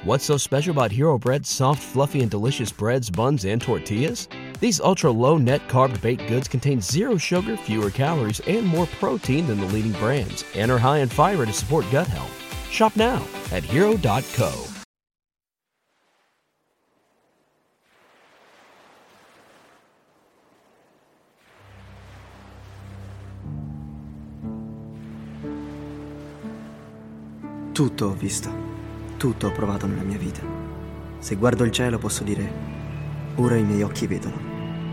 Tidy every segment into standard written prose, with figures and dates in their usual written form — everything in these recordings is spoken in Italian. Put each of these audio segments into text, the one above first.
What's so special about Hero Bread's soft, fluffy, and delicious breads, buns, and tortillas? These ultra-low net-carb baked goods contain zero sugar, fewer calories, and more protein than the leading brands, and are high in fiber to support gut health. Shop now at Hero.co. Tutto ho visto. Tutto ho provato nella mia vita. Se guardo il cielo posso dire, ora i miei occhi vedono.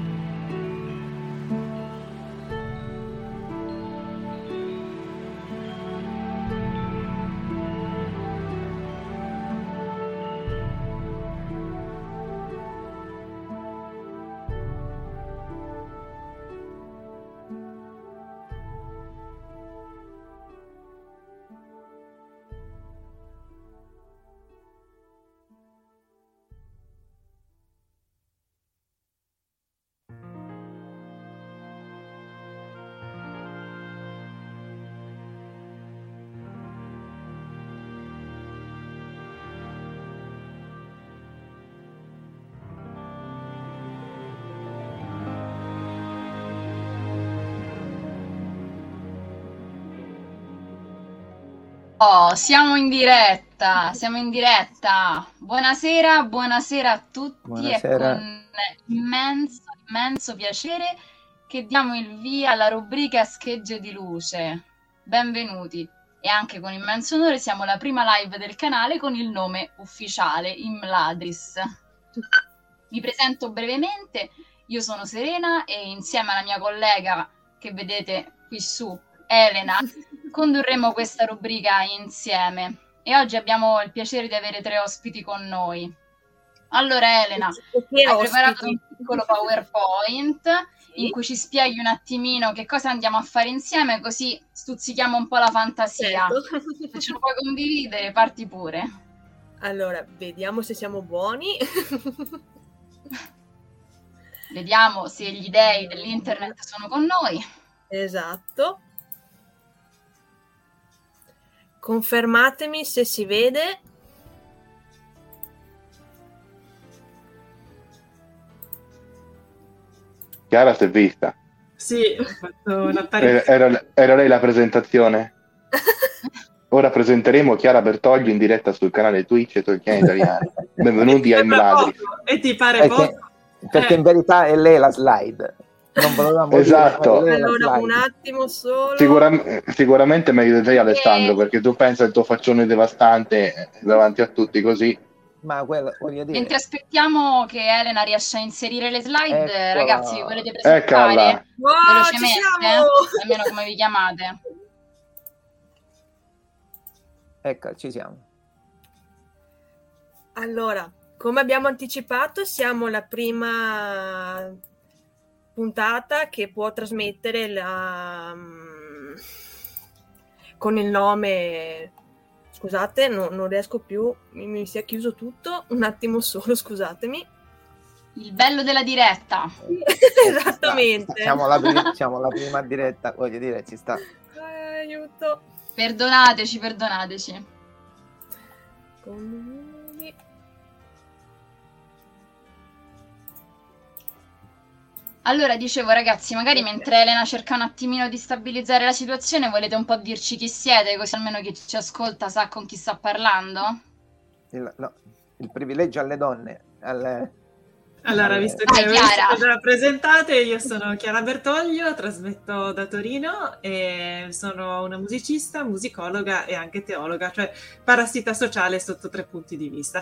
Oh, siamo in diretta, siamo in diretta. Buonasera, buonasera a tutti. Buonasera. È con immenso piacere che diamo il via alla rubrica Schegge di Luce. Benvenuti. E anche con immenso onore siamo la prima live del canale con il nome ufficiale, Imladris. Vi presento brevemente, io sono Serena e insieme alla mia collega che vedete qui su, Elena, condurremo questa rubrica insieme e oggi abbiamo il piacere di avere 3 ospiti con noi. Allora Elena, hai preparato un piccolo PowerPoint in cui ci spieghi un attimino che cosa andiamo a fare insieme, così stuzzichiamo un po' la fantasia. Certo. Se ce lo puoi condividere, parti pure. Allora, vediamo se siamo buoni. Vediamo se gli dei dell'internet sono con noi. Esatto. Confermatemi se si vede. Chiara si è vista. Sì, ho fatto un'apparizione. Era lei la presentazione? Ora presenteremo Chiara Bertoglio in diretta sul canale Twitch Tolkien Italiano. Benvenuti a Imladris. E ti pare poco? Perché in verità è lei la slide. Non volevamo Esatto. dire, Allora, un attimo solo. Sicuramente meglio di te, Alessandro, perché tu pensa il tuo faccione devastante davanti a tutti così. Ma quello, voglio dire. Mentre aspettiamo che Elena riesca a inserire le slide, Eccola. ragazzi, vi volete Eccola. presentare Wow, ci velocemente? siamo! Almeno come vi chiamate. Ecco, ci siamo. Allora, come abbiamo anticipato, siamo la prima puntata che può trasmettere con il nome. Scusate, non riesco più, mi si è chiuso tutto. Un attimo solo, scusatemi. Il bello della diretta. Esattamente. Siamo la prima diretta, voglio dire, ci sta. Aiuto. Perdonateci. Condividi. Allora, dicevo, ragazzi, magari mentre Elena cerca un attimino di stabilizzare la situazione, volete un po' dirci chi siete, così almeno chi ci ascolta sa con chi sta parlando? Il privilegio alle donne. Allora, visto che voi Chiara. siete già presentate, io sono Chiara Bertoglio, trasmetto da Torino e sono una musicista, musicologa e anche teologa, cioè parassita sociale sotto 3 punti di vista.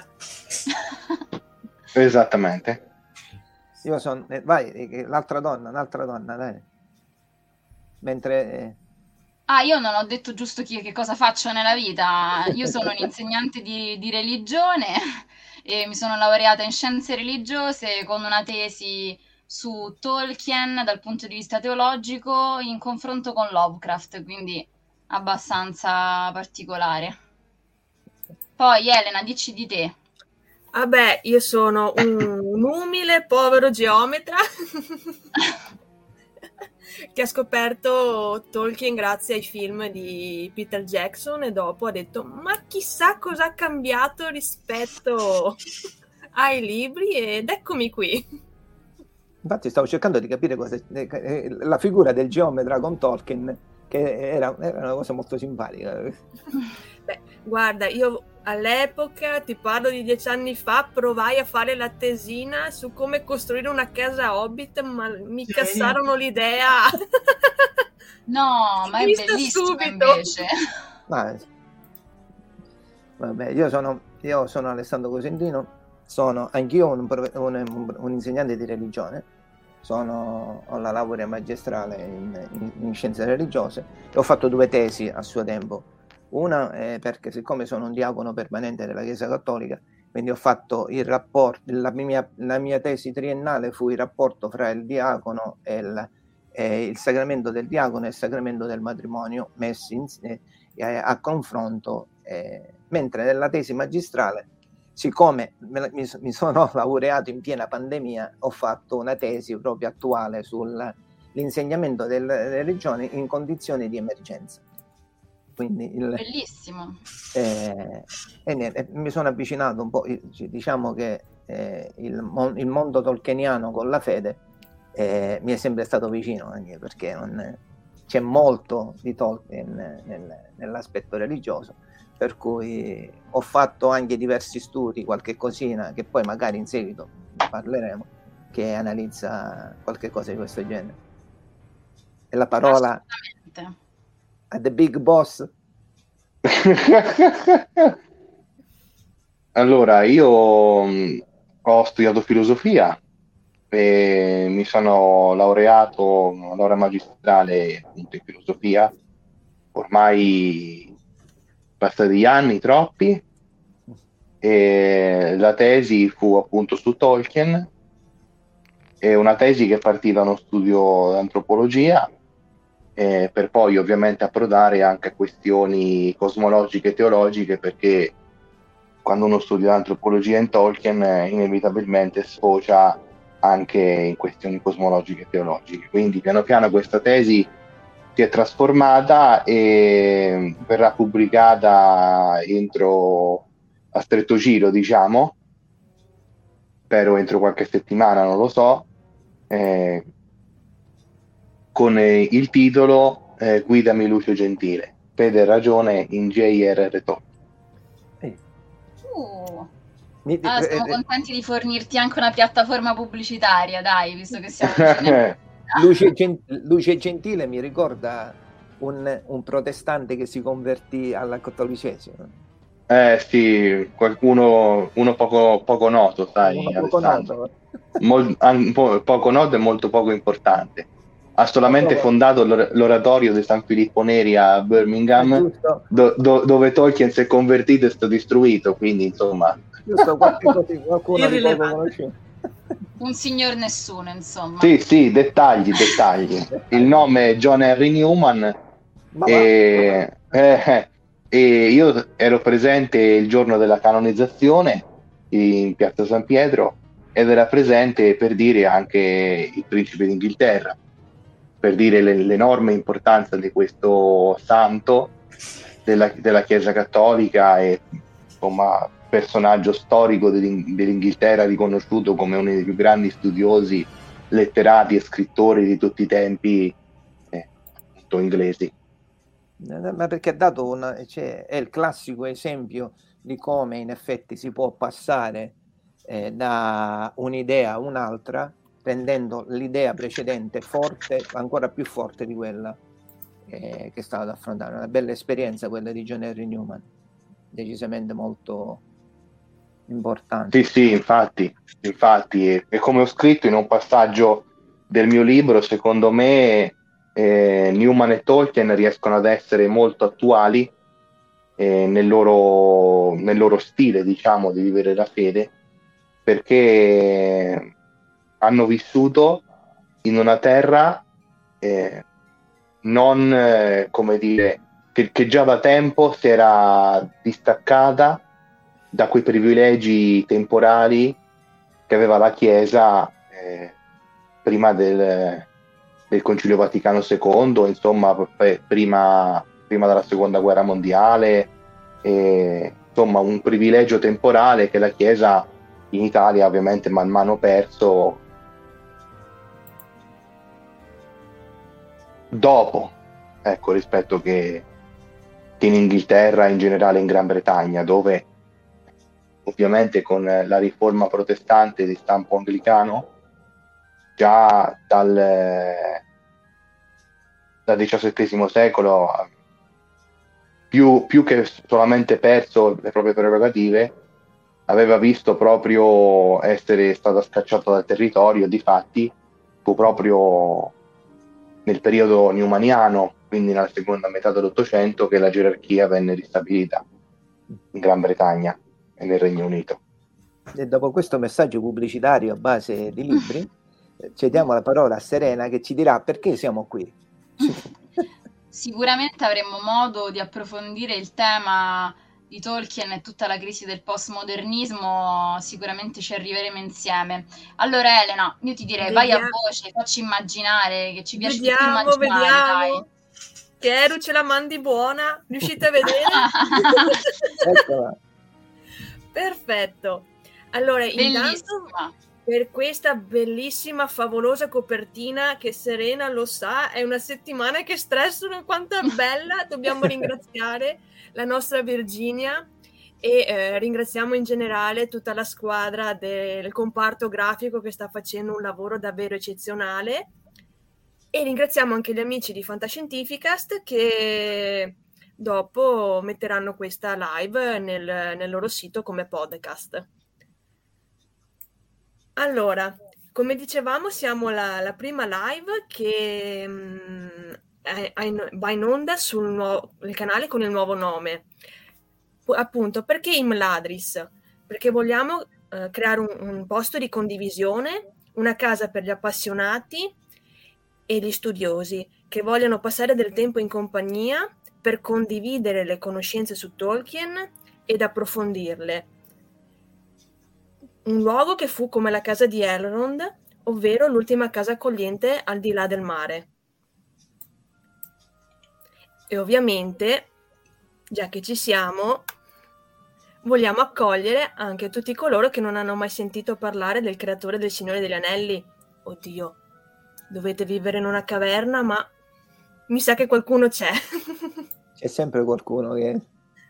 Esattamente. Io sono. Vai, un'altra donna, dai. Mentre. Io non ho detto giusto che cosa faccio nella vita. Io sono un'insegnante di religione e mi sono laureata in scienze religiose con una tesi su Tolkien dal punto di vista teologico in confronto con Lovecraft, quindi abbastanza particolare. Poi Elena, dici di te. Vabbè, io sono un umile, povero geometra che ha scoperto Tolkien grazie ai film di Peter Jackson e dopo ha detto ma chissà cosa ha cambiato rispetto ai libri ed eccomi qui. Infatti stavo cercando di capire la figura del geometra con Tolkien, che era una cosa molto simpatica. Beh, guarda, io all'epoca, ti parlo di 10 anni fa, provai a fare la tesina su come costruire una casa Hobbit, ma mi cassarono l'idea. No, ma è Vista bellissimo subito. invece. Vabbè, io sono Alessandro Cosentino, sono anch'io un insegnante di religione, ho la laurea magistrale in scienze religiose e ho fatto 2 tesi a suo tempo. Una perché siccome sono un diacono permanente della Chiesa Cattolica, quindi ho fatto il rapporto, la mia tesi triennale fu il rapporto fra il diacono e il sacramento del diacono e il sacramento del matrimonio messi a confronto, mentre nella tesi magistrale, siccome mi sono laureato in piena pandemia, ho fatto una tesi proprio attuale sull'insegnamento delle religioni in condizioni di emergenza. Quindi bellissimo. Mi sono avvicinato un po', diciamo che il mondo tolkieniano con la fede mi è sempre stato vicino, anche perché c'è molto di Tolkien nell'aspetto religioso, per cui ho fatto anche diversi studi, qualche cosina che poi magari in seguito parleremo, che analizza qualche cosa di questo genere. E la parola a The Big Boss. Allora, io ho studiato filosofia e mi sono laureato, una laurea magistrale appunto in filosofia, ormai passati anni troppi, e la tesi fu appunto su Tolkien, è una tesi che partiva da uno studio di antropologia, per poi ovviamente approdare anche a questioni cosmologiche e teologiche, perché quando uno studia antropologia in Tolkien inevitabilmente sfocia anche in questioni cosmologiche e teologiche. Quindi piano piano questa tesi si è trasformata e verrà pubblicata a stretto giro, diciamo, spero entro qualche settimana, non lo so, con il titolo Guidami Lucio Gentile, fede e ragione in J.R.R. Tolkien. Siamo contenti di fornirti anche una piattaforma pubblicitaria, dai, visto che siamo vicini. Luce Gentile mi ricorda un protestante che si convertì al cattolicesimo. Sì, qualcuno poco noto, sai, poco noto. Poco noto e molto poco importante. Ha solamente fondato l'oratorio di San Filippo Neri a Birmingham, dove Tolkien si è convertito e è stato istruito, quindi insomma... Giusto, qualcuno di poco conosciuto. Un signor nessuno, insomma. Sì, dettagli. Il nome è John Henry Newman e io ero presente il giorno della canonizzazione in Piazza San Pietro ed era presente, per dire, anche il principe d'Inghilterra, per dire l'enorme importanza di questo santo della Chiesa Cattolica e insomma personaggio storico dell'Inghilterra, riconosciuto come uno dei più grandi studiosi, letterati e scrittori di tutti i tempi appunto inglesi. Ma perché ha dato è il classico esempio di come in effetti si può passare da un'idea a un'altra, rendendo l'idea precedente forte, ancora più forte di quella che stava ad affrontare. Una bella esperienza quella di John Henry Newman, decisamente molto importante. Sì, infatti, e come ho scritto in un passaggio del mio libro, secondo me Newman e Tolkien riescono ad essere molto attuali nel loro stile, diciamo, di vivere la fede, perché hanno vissuto in una terra non come dire che già da tempo si era distaccata da quei privilegi temporali che aveva la Chiesa prima del Concilio Vaticano II, insomma, prima della Seconda Guerra Mondiale, e, insomma, un privilegio temporale che la Chiesa in Italia ovviamente man mano perso dopo, ecco, rispetto che in Inghilterra, in generale in Gran Bretagna, dove ovviamente con la riforma protestante di stampo anglicano già dal XVII secolo più che solamente perso le proprie prerogative, aveva visto proprio essere stata scacciata dal territorio. Difatti fu proprio nel periodo newmaniano, quindi nella seconda metà dell'Ottocento, che la gerarchia venne ristabilita in Gran Bretagna e nel Regno Unito. E dopo questo messaggio pubblicitario a base di libri, cediamo la parola a Serena, che ci dirà perché siamo qui. Sicuramente avremo modo di approfondire il tema di Tolkien e tutta la crisi del postmodernismo, sicuramente ci arriveremo insieme. Allora Elena, io ti direi vai a voce, facci immaginare, che ci piace più immaginare, dai. Che Eru ce la mandi buona, riuscite a vedere? Eccola. Perfetto. Allora, Bellissima. Intanto, per questa bellissima, favolosa copertina, che Serena lo sa, è una settimana che stressano quanto è bella. Dobbiamo ringraziare la nostra Virginia e ringraziamo in generale tutta la squadra del comparto grafico che sta facendo un lavoro davvero eccezionale, e ringraziamo anche gli amici di Fantascientificast che dopo metteranno questa live nel loro sito come podcast. Allora, come dicevamo, siamo la prima live che va in onda sul canale con il nuovo nome. Appunto, perché Imladris? Perché vogliamo creare un posto di condivisione, una casa per gli appassionati e gli studiosi che vogliono passare del tempo in compagnia per condividere le conoscenze su Tolkien ed approfondirle. Un luogo che fu come la casa di Elrond, ovvero l'ultima casa accogliente al di là del mare. E ovviamente, già che ci siamo, vogliamo accogliere anche tutti coloro che non hanno mai sentito parlare del creatore del Signore degli Anelli. Oddio, dovete vivere in una caverna, ma mi sa che qualcuno c'è. C'è sempre qualcuno che...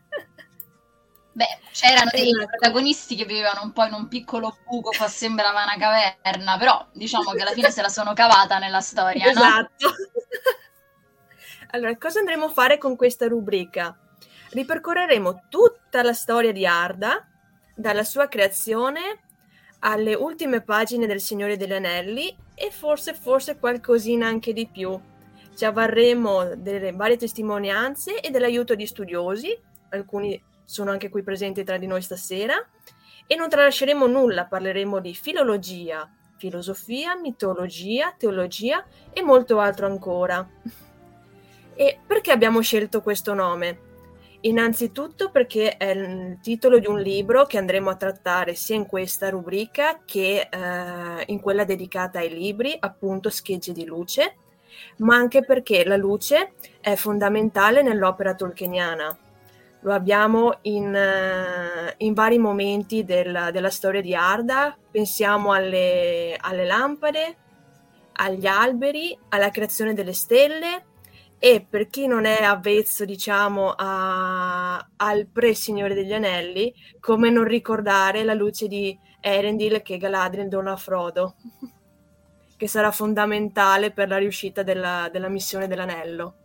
Beh, c'erano dei protagonisti che vivevano un po' in un piccolo buco, fa sembrava una caverna, però diciamo che alla fine se la sono cavata nella storia, esatto. No? Allora, cosa andremo a fare con questa rubrica? Ripercorreremo tutta la storia di Arda, dalla sua creazione alle ultime pagine del Signore degli Anelli e forse qualcosina anche di più. Ci avvarremo delle varie testimonianze e dell'aiuto di studiosi, alcuni sono anche qui presenti tra di noi stasera, e non tralasceremo nulla, parleremo di filologia, filosofia, mitologia, teologia e molto altro ancora. E perché abbiamo scelto questo nome? Innanzitutto perché è il titolo di un libro che andremo a trattare sia in questa rubrica che in quella dedicata ai libri, appunto Schegge di luce, ma anche perché la luce è fondamentale nell'opera tolkieniana. Lo abbiamo in vari momenti della storia di Arda. Pensiamo alle lampade, agli alberi, alla creazione delle stelle, e per chi non è avvezzo, diciamo, al pre-Signore degli Anelli, come non ricordare la luce di Elendil che Galadriel dona a Frodo, che sarà fondamentale per la riuscita della missione dell'anello.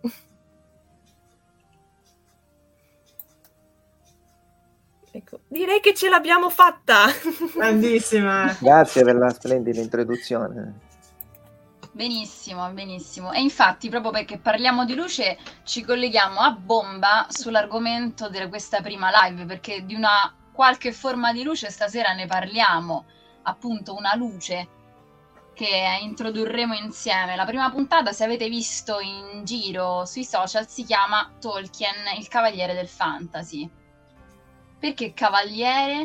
Ecco, direi che ce l'abbiamo fatta! Grandissima! Grazie per la splendida introduzione. Benissimo, benissimo. E infatti, proprio perché parliamo di luce, ci colleghiamo a bomba sull'argomento di questa prima live, perché di una qualche forma di luce stasera ne parliamo, appunto una luce che introdurremo insieme. La prima puntata, se avete visto in giro sui social, si chiama Tolkien, il Cavaliere del Fantasy. Perché Cavaliere?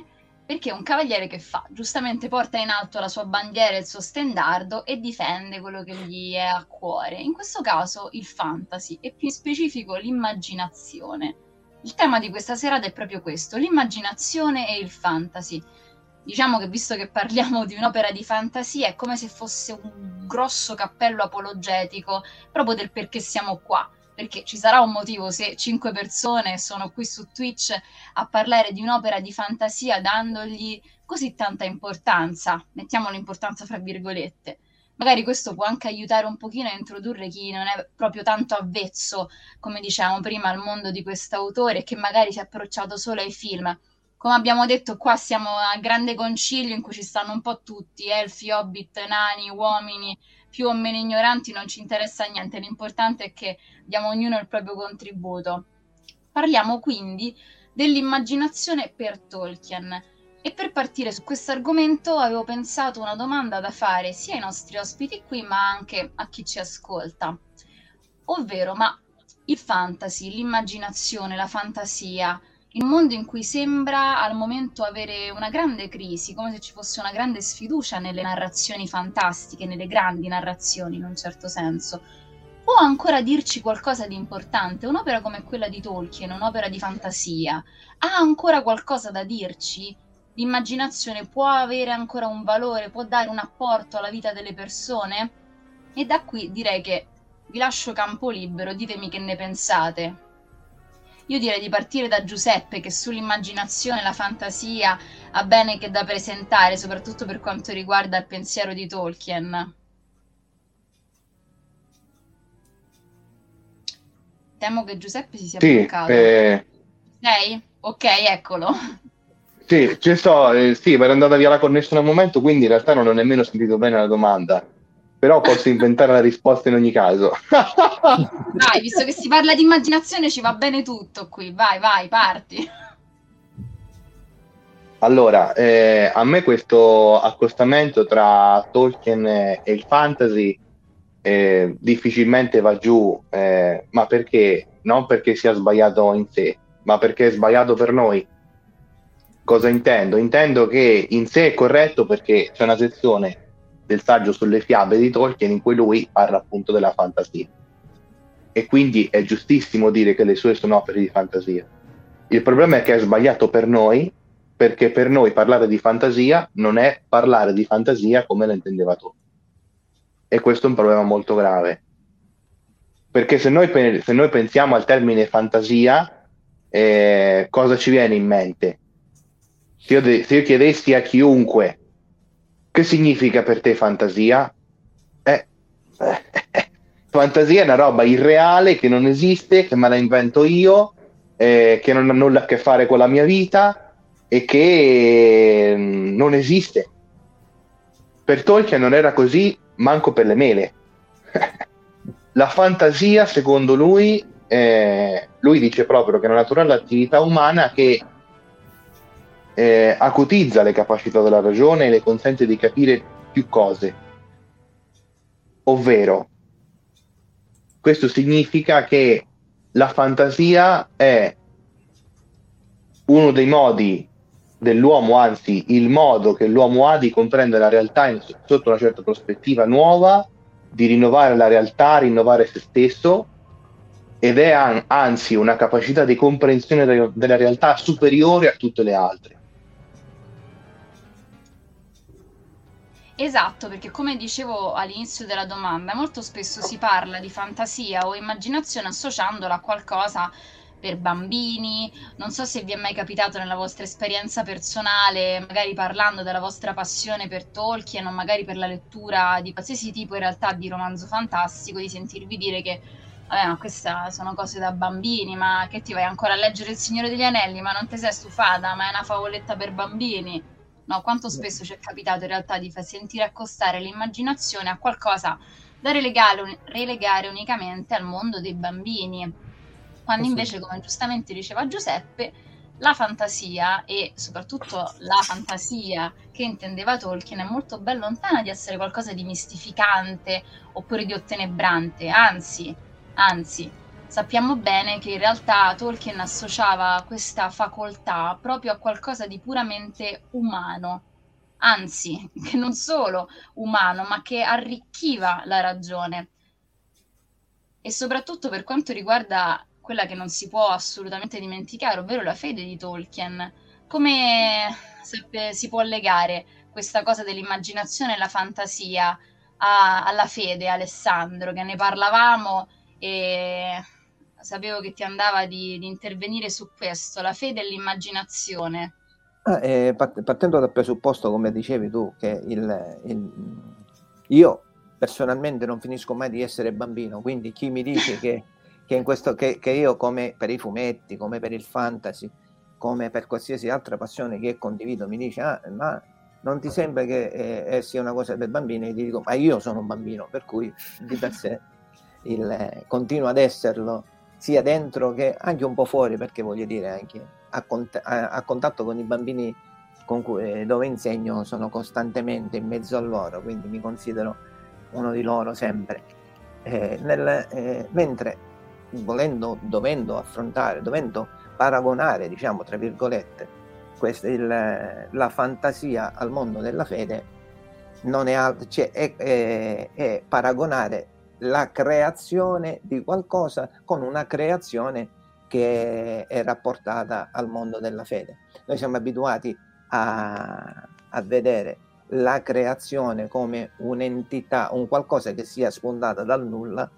Perché è un cavaliere che fa? Giustamente porta in alto la sua bandiera e il suo stendardo e difende quello che gli è a cuore. In questo caso il fantasy e più in specifico l'immaginazione. Il tema di questa serata è proprio questo, l'immaginazione e il fantasy. Diciamo che visto che parliamo di un'opera di fantasia è come se fosse un grosso cappello apologetico proprio del perché siamo qua. Perché ci sarà un motivo se 5 persone sono qui su Twitch a parlare di un'opera di fantasia dandogli così tanta importanza, mettiamo l'importanza fra virgolette. Magari questo può anche aiutare un pochino a introdurre chi non è proprio tanto avvezzo, come dicevamo prima, al mondo di quest'autore e che magari si è approcciato solo ai film. Come abbiamo detto, qua siamo a grande concilio in cui ci stanno un po' tutti, elfi, hobbit, nani, uomini, più o meno ignoranti, non ci interessa niente, l'importante è che diamo ognuno il proprio contributo. Parliamo quindi dell'immaginazione per Tolkien e per partire su questo argomento avevo pensato una domanda da fare sia ai nostri ospiti qui ma anche a chi ci ascolta, ovvero ma il fantasy, l'immaginazione, la fantasia, in un mondo in cui sembra al momento avere una grande crisi, come se ci fosse una grande sfiducia nelle narrazioni fantastiche, nelle grandi narrazioni in un certo senso, può ancora dirci qualcosa di importante? Un'opera come quella di Tolkien, un'opera di fantasia, ha ancora qualcosa da dirci? L'immaginazione può avere ancora un valore, può dare un apporto alla vita delle persone? E da qui direi che vi lascio campo libero, ditemi che ne pensate. Io direi di partire da Giuseppe, che sull'immaginazione e la fantasia ha bene che da presentare, soprattutto per quanto riguarda il pensiero di Tolkien. Temo che Giuseppe si sia bloccato. Sei? Ok, eccolo. Sì, ci sto, sì, mi era andata via la connessione un momento, quindi in realtà non ho nemmeno sentito bene la domanda. Però posso inventare la risposta in ogni caso. Vai, visto che si parla di immaginazione ci va bene tutto qui, vai, parti. Allora, a me questo accostamento tra Tolkien e il fantasy difficilmente va giù, ma perché? Non perché sia sbagliato in sé, ma perché è sbagliato per noi. Cosa intendo? Intendo che in sé è corretto perché c'è una sezione del saggio sulle fiabe di Tolkien in cui lui parla appunto della fantasia e quindi è giustissimo dire che le sue sono opere di fantasia. Il problema è che è sbagliato per noi, perché per noi parlare di fantasia non è parlare di fantasia come la intendeva Tolkien, e questo è un problema molto grave, perché se noi pensiamo al termine fantasia, cosa ci viene in mente? Se io chiedessi a chiunque che significa per te fantasia? Fantasia è una roba irreale che non esiste, che me la invento io, che non ha nulla a che fare con la mia vita e che non esiste. Per Tolkien non era così, manco per le mele. La fantasia, secondo lui dice proprio che è una naturale attività umana che acutizza le capacità della ragione e le consente di capire più cose. Ovvero, questo significa che la fantasia è uno dei modi dell'uomo, anzi il modo che l'uomo ha di comprendere la realtà sotto una certa prospettiva nuova, di rinnovare la realtà, rinnovare se stesso, ed è anzi una capacità di comprensione della realtà superiore a tutte le altre. Esatto, perché come dicevo all'inizio della domanda, molto spesso si parla di fantasia o immaginazione associandola a qualcosa per bambini. Non so se vi è mai capitato nella vostra esperienza personale, magari parlando della vostra passione per Tolkien o magari per la lettura di qualsiasi tipo in realtà di romanzo fantastico, di sentirvi dire che vabbè, ma queste sono cose da bambini, ma che ti vai ancora a leggere Il Signore degli Anelli, ma non ti sei stufata, ma è una favoletta per bambini. No, quanto spesso ci è capitato in realtà di far sentire accostare l'immaginazione a qualcosa da relegare unicamente al mondo dei bambini, quando invece, come giustamente diceva Giuseppe, la fantasia e soprattutto la fantasia che intendeva Tolkien è molto ben lontana di essere qualcosa di mistificante oppure di ottenebrante, anzi, sappiamo bene che in realtà Tolkien associava questa facoltà proprio a qualcosa di puramente umano, anzi, che non solo umano, ma che arricchiva la ragione. E soprattutto per quanto riguarda quella che non si può assolutamente dimenticare, ovvero la fede di Tolkien. Come si può legare questa cosa dell'immaginazione e la fantasia alla fede, Alessandro, che ne parlavamo e sapevo che ti andava di intervenire su questo, la fede e l'immaginazione. Partendo dal presupposto, come dicevi tu, che io personalmente non finisco mai di essere bambino, quindi chi mi dice che io, come per i fumetti, come per il fantasy, come per qualsiasi altra passione che condivido, mi dice ma non ti sembra che sia una cosa per bambini? E ti dico, ma io sono un bambino, per cui di per sé continuo ad esserlo, sia dentro che anche un po' fuori, perché voglio dire, anche a contatto con i bambini dove insegno, sono costantemente in mezzo a loro, quindi mi considero uno di loro sempre, mentre dovendo paragonare, diciamo, tra virgolette, la fantasia al mondo della fede, non è altro, cioè è paragonare la creazione di qualcosa con una creazione che è rapportata al mondo della fede. Noi siamo abituati a vedere la creazione come un'entità, un qualcosa che sia spuntata dal nulla,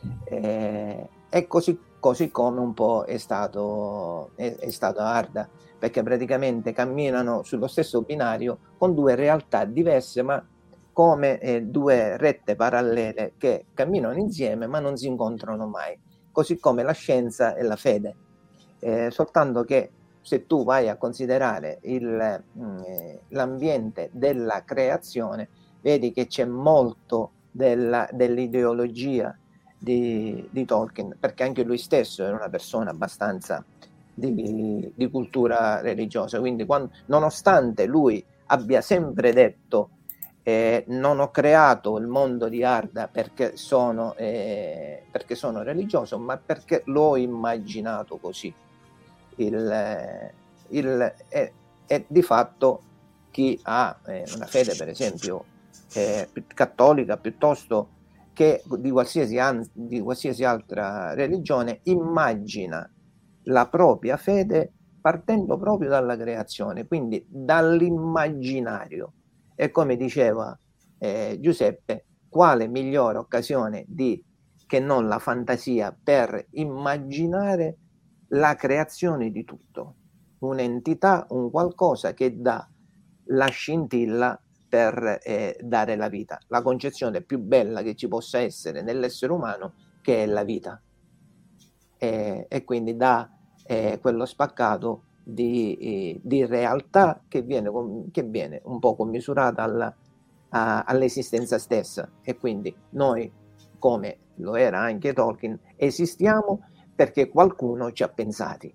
e così come un po' è stato Arda, perché praticamente camminano sullo stesso binario con due realtà diverse, ma come due rette parallele che camminano insieme ma non si incontrano mai, così come la scienza e la fede, soltanto che se tu vai a considerare l'ambiente della creazione, vedi che c'è molto dell'ideologia di Tolkien, perché anche lui stesso era una persona abbastanza di cultura religiosa, quindi nonostante lui abbia sempre detto non ho creato il mondo di Arda perché sono religioso, ma perché l'ho immaginato così. E di fatto chi ha una fede, per esempio, cattolica, piuttosto che di qualsiasi altra religione, immagina la propria fede partendo proprio dalla creazione, quindi dall'immaginario. E come diceva Giuseppe, quale migliore occasione che non la fantasia per immaginare la creazione di tutto, un'entità, un qualcosa che dà la scintilla per dare la vita, la concezione più bella che ci possa essere nell'essere umano, che è la vita, e quindi dà quello spaccato di realtà che viene un po' commisurata all'esistenza stessa, e quindi noi, come lo era anche Tolkien, esistiamo perché qualcuno ci ha pensati.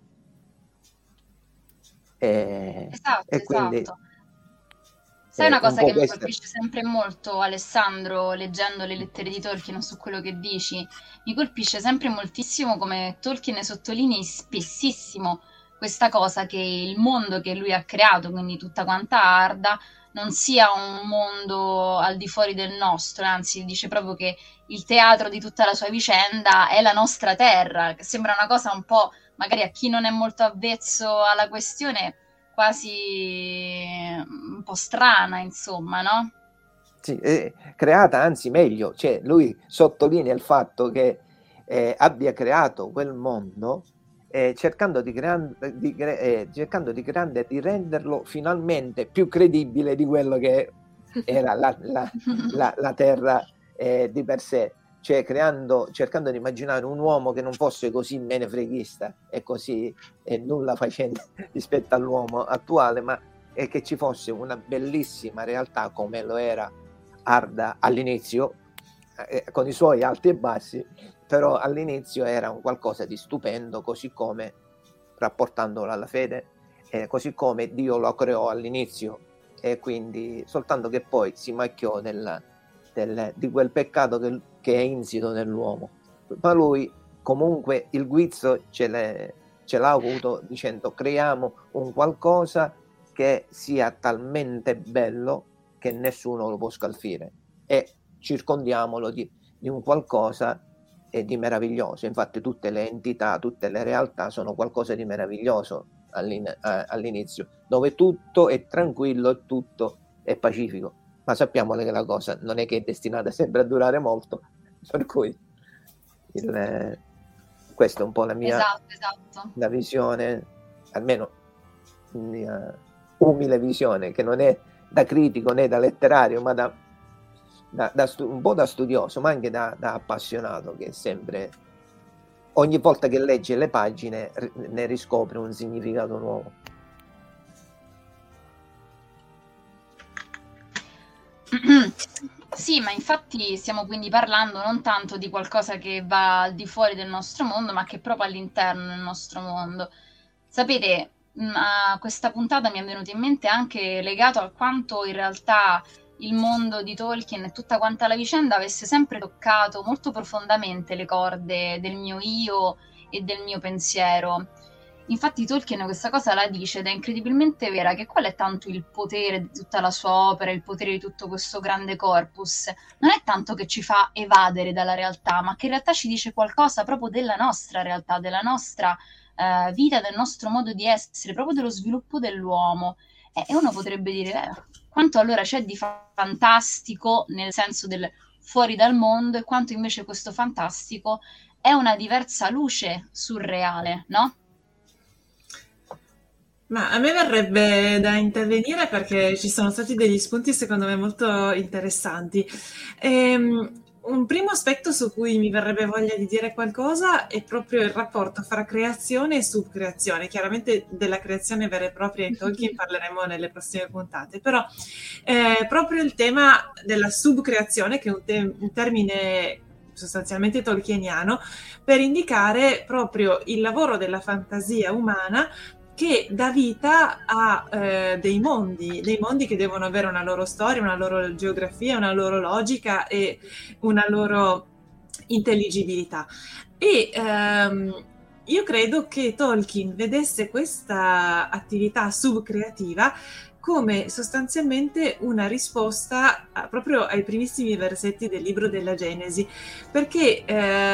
Esatto, e quindi, esatto. Sai una cosa che mi questa colpisce sempre molto, Alessandro, leggendo le lettere di Tolkien su quello che dici? Mi colpisce sempre moltissimo come Tolkien sottolinei spessissimo questa cosa, che il mondo che lui ha creato, quindi tutta quanta Arda, non sia un mondo al di fuori del nostro, anzi dice proprio che il teatro di tutta la sua vicenda è la nostra terra, che sembra una cosa un po', magari a chi non è molto avvezzo alla questione, quasi un po' strana, insomma, no? Sì, creata, anzi meglio, cioè lui sottolinea il fatto che abbia creato quel mondo cercando di renderlo finalmente più credibile di quello che era la terra di per sé, cioè cercando di immaginare un uomo che non fosse così menefreghista e così nulla facente rispetto all'uomo attuale, ma che ci fosse una bellissima realtà come lo era Arda all'inizio, con i suoi alti e bassi, però all'inizio era un qualcosa di stupendo, così come rapportandolo alla fede, così come Dio lo creò all'inizio, e quindi soltanto che poi si macchiò di quel peccato che è insito nell'uomo. Ma lui comunque il guizzo ce l'ha avuto dicendo creiamo un qualcosa che sia talmente bello che nessuno lo può scalfire e circondiamolo di un qualcosa di meraviglioso. Infatti tutte le entità, tutte le realtà sono qualcosa di meraviglioso all'inizio, dove tutto è tranquillo e tutto è pacifico, ma sappiamo che la cosa non è che è destinata sempre a durare molto, per cui questa è un po' la mia esatto. La visione, almeno mia umile visione, che non è da critico né da letterario, ma un po' da studioso, ma anche da appassionato, che sempre, ogni volta che legge le pagine ne riscopre un significato nuovo. Sì, ma infatti stiamo quindi parlando non tanto di qualcosa che va al di fuori del nostro mondo, ma che è proprio all'interno del nostro mondo. Sapete, a questa puntata mi è venuto in mente anche legato a quanto in realtà il mondo di Tolkien e tutta quanta la vicenda avesse sempre toccato molto profondamente le corde del mio io e del mio pensiero. Infatti Tolkien questa cosa la dice ed è incredibilmente vera, che qual è tanto il potere di tutta la sua opera, il potere di tutto questo grande corpus. Non è tanto che ci fa evadere dalla realtà, ma che in realtà ci dice qualcosa proprio della nostra realtà, della nostra vita, del nostro modo di essere, proprio dello sviluppo dell'uomo. E uno potrebbe dire, quanto allora c'è di fantastico nel senso del fuori dal mondo e quanto invece questo fantastico è una diversa luce surreale, no? Ma a me verrebbe da intervenire perché ci sono stati degli spunti secondo me molto interessanti. Un primo aspetto su cui mi verrebbe voglia di dire qualcosa è proprio il rapporto fra creazione e subcreazione. Chiaramente della creazione vera e propria in Tolkien parleremo nelle prossime puntate, però proprio il tema della subcreazione, che è un termine sostanzialmente tolkieniano, per indicare proprio il lavoro della fantasia umana che dà vita a dei mondi che devono avere una loro storia, una loro geografia, una loro logica e una loro intelligibilità. E io credo che Tolkien vedesse questa attività subcreativa come sostanzialmente una risposta proprio ai primissimi versetti del libro della Genesi, perché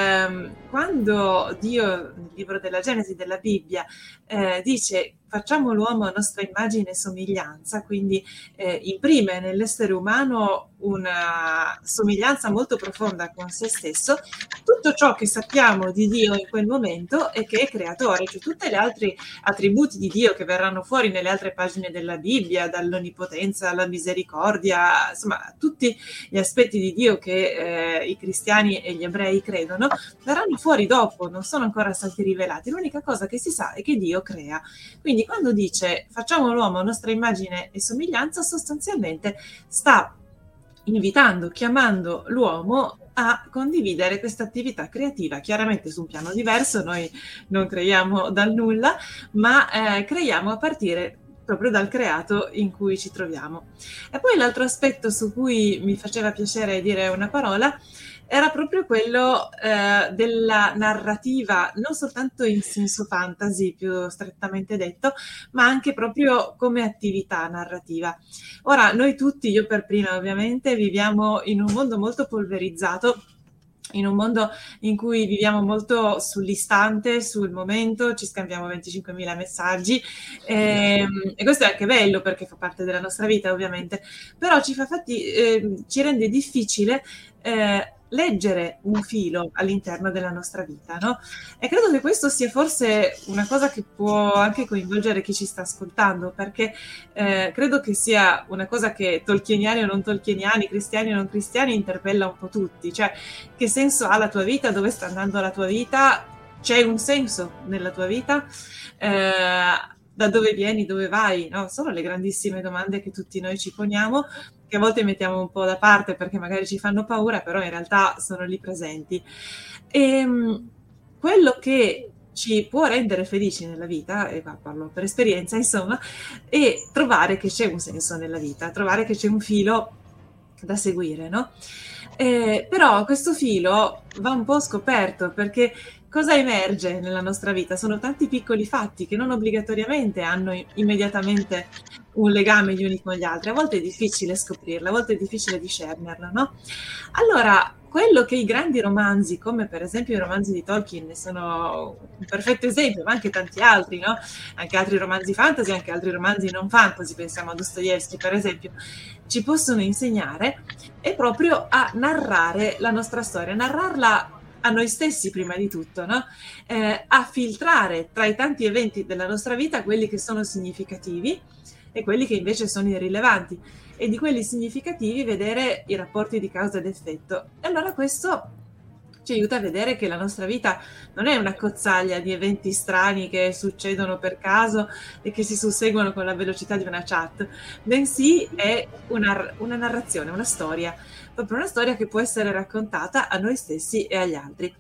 quando Dio, nel libro della Genesi, della Bibbia, dice facciamo l'uomo a nostra immagine e somiglianza, quindi imprime nell'essere umano una somiglianza molto profonda con se stesso, tutto ciò che sappiamo di Dio in quel momento è che è creatore, cioè tutti gli altri attributi di Dio che verranno fuori nelle altre pagine della Bibbia, dall'onnipotenza alla misericordia, insomma tutti gli aspetti di Dio che i cristiani e gli ebrei credono, verranno fuori dopo, non sono ancora stati rivelati. L'unica cosa che si sa è che Dio crea. Quindi quando dice facciamo l'uomo a nostra immagine e somiglianza, sostanzialmente sta invitando, chiamando l'uomo a condividere questa attività creativa, chiaramente su un piano diverso. Noi non creiamo dal nulla, ma creiamo a partire proprio dal creato in cui ci troviamo. E poi l'altro aspetto su cui mi faceva piacere dire una parola era proprio quello della narrativa, non soltanto in senso fantasy più strettamente detto, ma anche proprio come attività narrativa. Ora, noi tutti, io per prima ovviamente, viviamo in un mondo molto polverizzato, in un mondo in cui viviamo molto sull'istante, sul momento, ci scambiamo 25.000 messaggi e questo è anche bello perché fa parte della nostra vita ovviamente, però ci rende difficile leggere un filo all'interno della nostra vita, no? E credo che questo sia forse una cosa che può anche coinvolgere chi ci sta ascoltando, perché credo che sia una cosa che tolkieniani o non tolkieniani, cristiani o non cristiani, interpella un po' tutti. Cioè, che senso ha la tua vita? Dove sta andando la tua vita? C'è un senso nella tua vita? Da dove vieni? Dove vai? No? Sono le grandissime domande che tutti noi ci poniamo, che a volte mettiamo un po' da parte perché magari ci fanno paura, però in realtà sono lì presenti. E quello che ci può rendere felici nella vita, e parlo per esperienza insomma, è trovare che c'è un senso nella vita, trovare che c'è un filo da seguire, no? Però questo filo va un po' scoperto, perché cosa emerge nella nostra vita? Sono tanti piccoli fatti che non obbligatoriamente hanno immediatamente un legame gli uni con gli altri. A volte è difficile scoprirlo, a volte è difficile discernerlo, no? Allora, quello che i grandi romanzi, come per esempio i romanzi di Tolkien, sono un perfetto esempio, ma anche tanti altri, no? Anche altri romanzi fantasy, anche altri romanzi non fantasy, pensiamo a Dostoevsky per esempio, ci possono insegnare è proprio a narrare la nostra storia, narrarla a noi stessi prima di tutto, no? A filtrare tra i tanti eventi della nostra vita quelli che sono significativi e quelli che invece sono irrilevanti, e di quelli significativi vedere i rapporti di causa ed effetto. E allora questo ci aiuta a vedere che la nostra vita non è una cozzaglia di eventi strani che succedono per caso e che si susseguono con la velocità di una chat, bensì è una narrazione, una storia, proprio una storia che può essere raccontata a noi stessi e agli altri.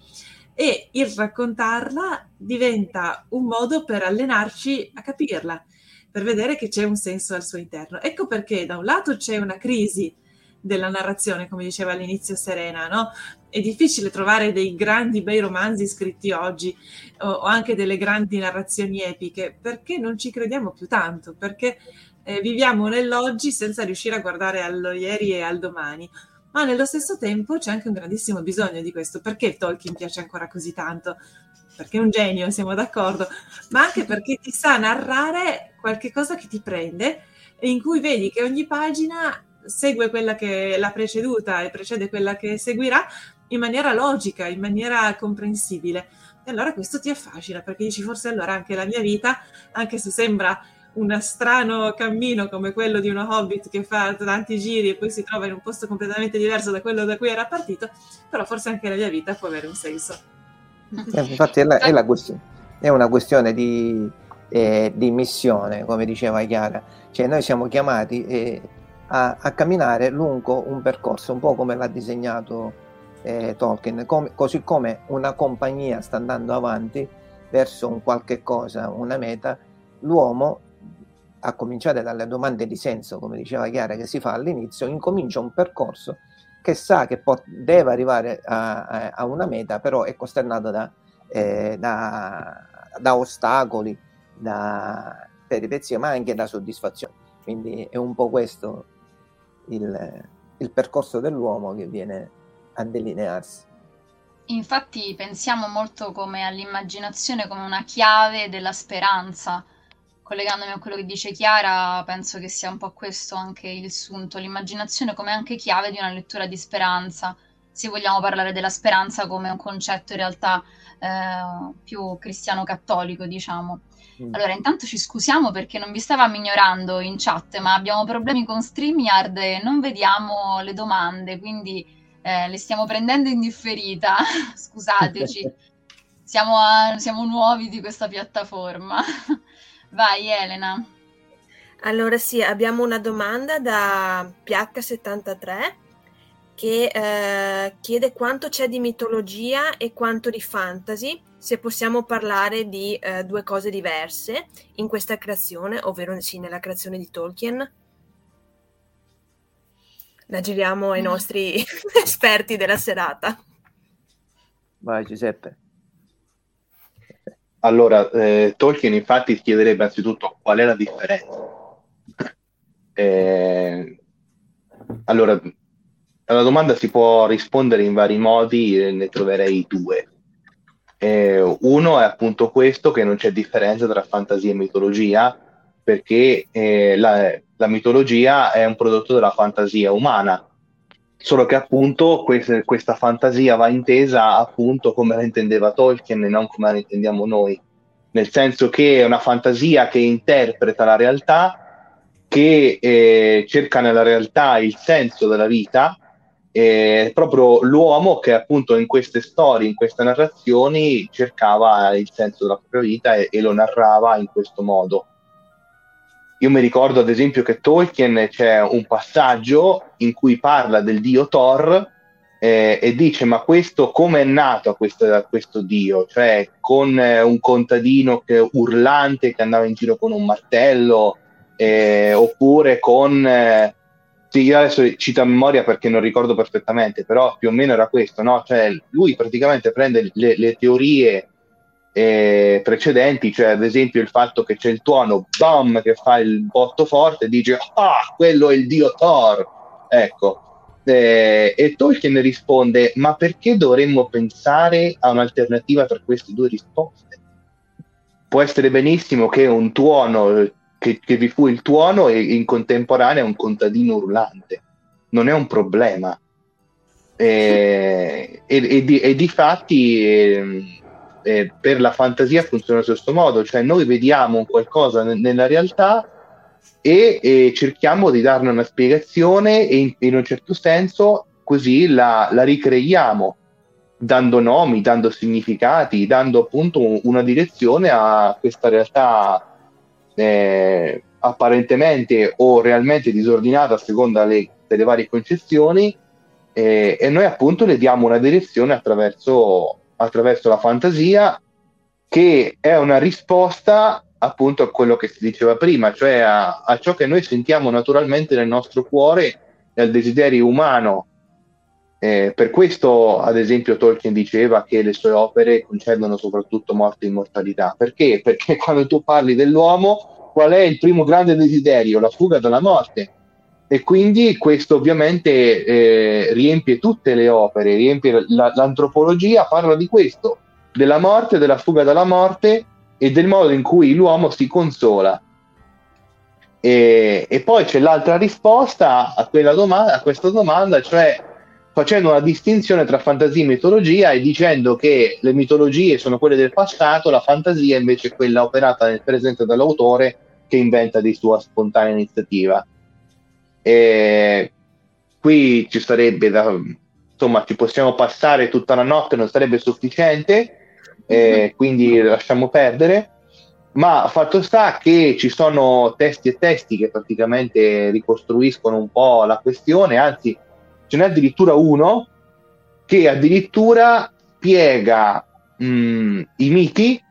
E il raccontarla diventa un modo per allenarci a capirla, per vedere che c'è un senso al suo interno. Ecco perché da un lato c'è una crisi della narrazione, come diceva all'inizio Serena, no? È difficile trovare dei grandi bei romanzi scritti oggi o anche delle grandi narrazioni epiche, perché non ci crediamo più tanto, perché viviamo nell'oggi senza riuscire a guardare allo ieri e al domani. Ma nello stesso tempo c'è anche un grandissimo bisogno di questo. Perché Tolkien piace ancora così tanto? Perché è un genio, siamo d'accordo, ma anche perché ti sa narrare qualche cosa che ti prende e in cui vedi che ogni pagina segue quella che l'ha preceduta e precede quella che seguirà in maniera logica, in maniera comprensibile. E allora questo ti affascina, perché dici forse allora anche la mia vita, anche se sembra un strano cammino come quello di uno hobbit che fa tanti giri e poi si trova in un posto completamente diverso da quello da cui era partito, però forse anche la mia vita può avere un senso. Infatti è una questione di missione, come diceva Chiara, cioè noi siamo chiamati a camminare lungo un percorso, un po' come l'ha disegnato Tolkien, così come una compagnia sta andando avanti verso un qualche cosa, una meta. L'uomo, a cominciare dalle domande di senso, come diceva Chiara, che si fa all'inizio, incomincia un percorso che sa che deve arrivare a una meta, però è costernato da ostacoli, da peripezie, ma anche da soddisfazioni. Quindi è un po' questo il percorso dell'uomo che viene a delinearsi. Infatti pensiamo molto come all'immaginazione come una chiave della speranza. Collegandomi a quello che dice Chiara, penso che sia un po' questo anche il sunto, l'immaginazione come anche chiave di una lettura di speranza, se vogliamo parlare della speranza come un concetto in realtà più cristiano-cattolico, diciamo. Allora, intanto ci scusiamo perché non vi stavamo ignorando in chat, ma abbiamo problemi con StreamYard e non vediamo le domande, quindi le stiamo prendendo in differita, scusateci, siamo nuovi di questa piattaforma. Vai Elena. Allora sì, abbiamo una domanda da PH73 che chiede quanto c'è di mitologia e quanto di fantasy, se possiamo parlare di due cose diverse in questa creazione, ovvero sì, nella creazione di Tolkien. La giriamo ai nostri esperti della serata. Vai Giuseppe. Allora, Tolkien infatti chiederebbe anzitutto qual è la differenza. Allora, alla domanda si può rispondere in vari modi, ne troverei due. Uno è appunto questo, che non c'è differenza tra fantasia e mitologia, perché la mitologia è un prodotto della fantasia umana, solo che appunto questa fantasia va intesa appunto come la intendeva Tolkien e non come la intendiamo noi, nel senso che è una fantasia che interpreta la realtà, che cerca nella realtà il senso della vita, proprio l'uomo che appunto in queste storie, in queste narrazioni cercava il senso della propria vita e lo narrava in questo modo. Io mi ricordo ad esempio che Tolkien c'è un passaggio in cui parla del dio Thor e dice ma questo come è nato a questo dio? Cioè con un contadino urlante che andava in giro con un martello oppure con Sì, io adesso cito a memoria perché non ricordo perfettamente, però più o meno era questo, no? Cioè lui praticamente prende le teorie precedenti, cioè ad esempio il fatto che c'è il tuono bam che fa il botto forte e dice quello è il dio Thor, ecco. E Tolkien risponde: ma perché dovremmo pensare a un'alternativa per queste due risposte? Può essere benissimo che un tuono, che vi fu il tuono e in contemporanea un contadino urlante, non è un problema. E di fatti per la fantasia funziona allo stesso modo, cioè noi vediamo un qualcosa nella realtà e cerchiamo di darne una spiegazione e in un certo senso così la ricreiamo, dando nomi, dando significati, dando appunto una direzione a questa realtà apparentemente o realmente disordinata a seconda delle varie concezioni, e noi appunto le diamo una direzione attraverso la fantasia, che è una risposta appunto a quello che si diceva prima, cioè a ciò che noi sentiamo naturalmente nel nostro cuore e al desiderio umano. Per questo, ad esempio, Tolkien diceva che le sue opere concedono soprattutto morte e immortalità. Perché? Perché quando tu parli dell'uomo, qual è il primo grande desiderio? La fuga dalla morte. E quindi questo ovviamente riempie tutte le opere, riempie l'antropologia, parla di questo, della morte, della fuga dalla morte e del modo in cui l'uomo si consola. E poi c'è l'altra risposta a questa domanda, cioè facendo una distinzione tra fantasia e mitologia e dicendo che le mitologie sono quelle del passato, la fantasia invece è quella operata nel presente dall'autore che inventa di sua spontanea iniziativa. E qui ci sarebbe insomma, ci possiamo passare tutta la notte, non sarebbe sufficiente, quindi lasciamo perdere. Ma fatto sta che ci sono testi e testi che praticamente ricostruiscono un po' la questione, anzi ce n'è addirittura uno che addirittura spiega i miti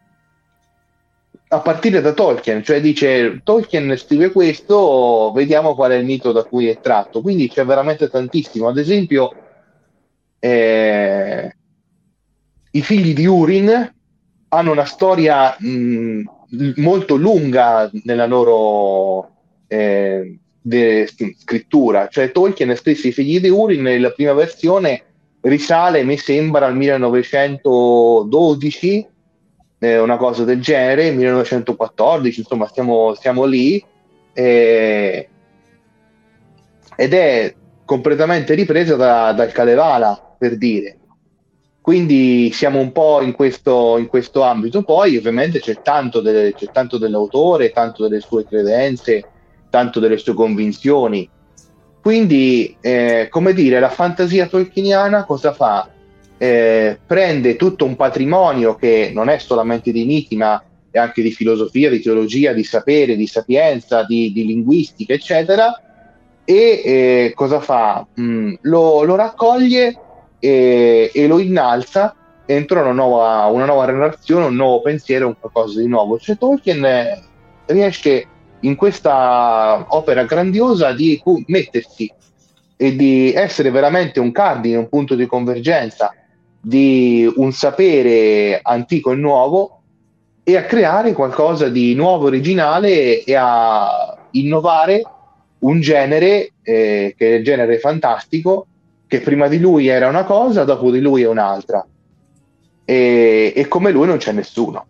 a partire da Tolkien, cioè dice Tolkien scrive questo, vediamo qual è il mito da cui è tratto. Quindi c'è veramente tantissimo. Ad esempio i figli di Urin hanno una storia molto lunga nella loro scrittura, cioè Tolkien scrisse i figli di Urin nella prima versione, risale mi sembra al 1912, una cosa del genere, 1914, insomma siamo lì, ed è completamente ripresa dal Kalevala, per dire. Quindi siamo un po' in questo ambito. Poi ovviamente c'è tanto dell'autore, tanto delle sue credenze, tanto delle sue convinzioni. Quindi, come dire, la fantasia tolkieniana cosa fa? Prende tutto un patrimonio che non è solamente di miti, ma è anche di filosofia, di teologia, di sapere, di sapienza, di linguistica, eccetera, e cosa fa? Lo raccoglie e lo innalza entro una nuova relazione, un nuovo pensiero, un qualcosa di nuovo. Cioè Tolkien riesce in questa opera grandiosa di mettersi e di essere veramente un cardine, un punto di convergenza di un sapere antico e nuovo, e a creare qualcosa di nuovo, originale, e a innovare un genere che è il genere fantastico, che prima di lui era una cosa, dopo di lui è un'altra, e come lui non c'è nessuno.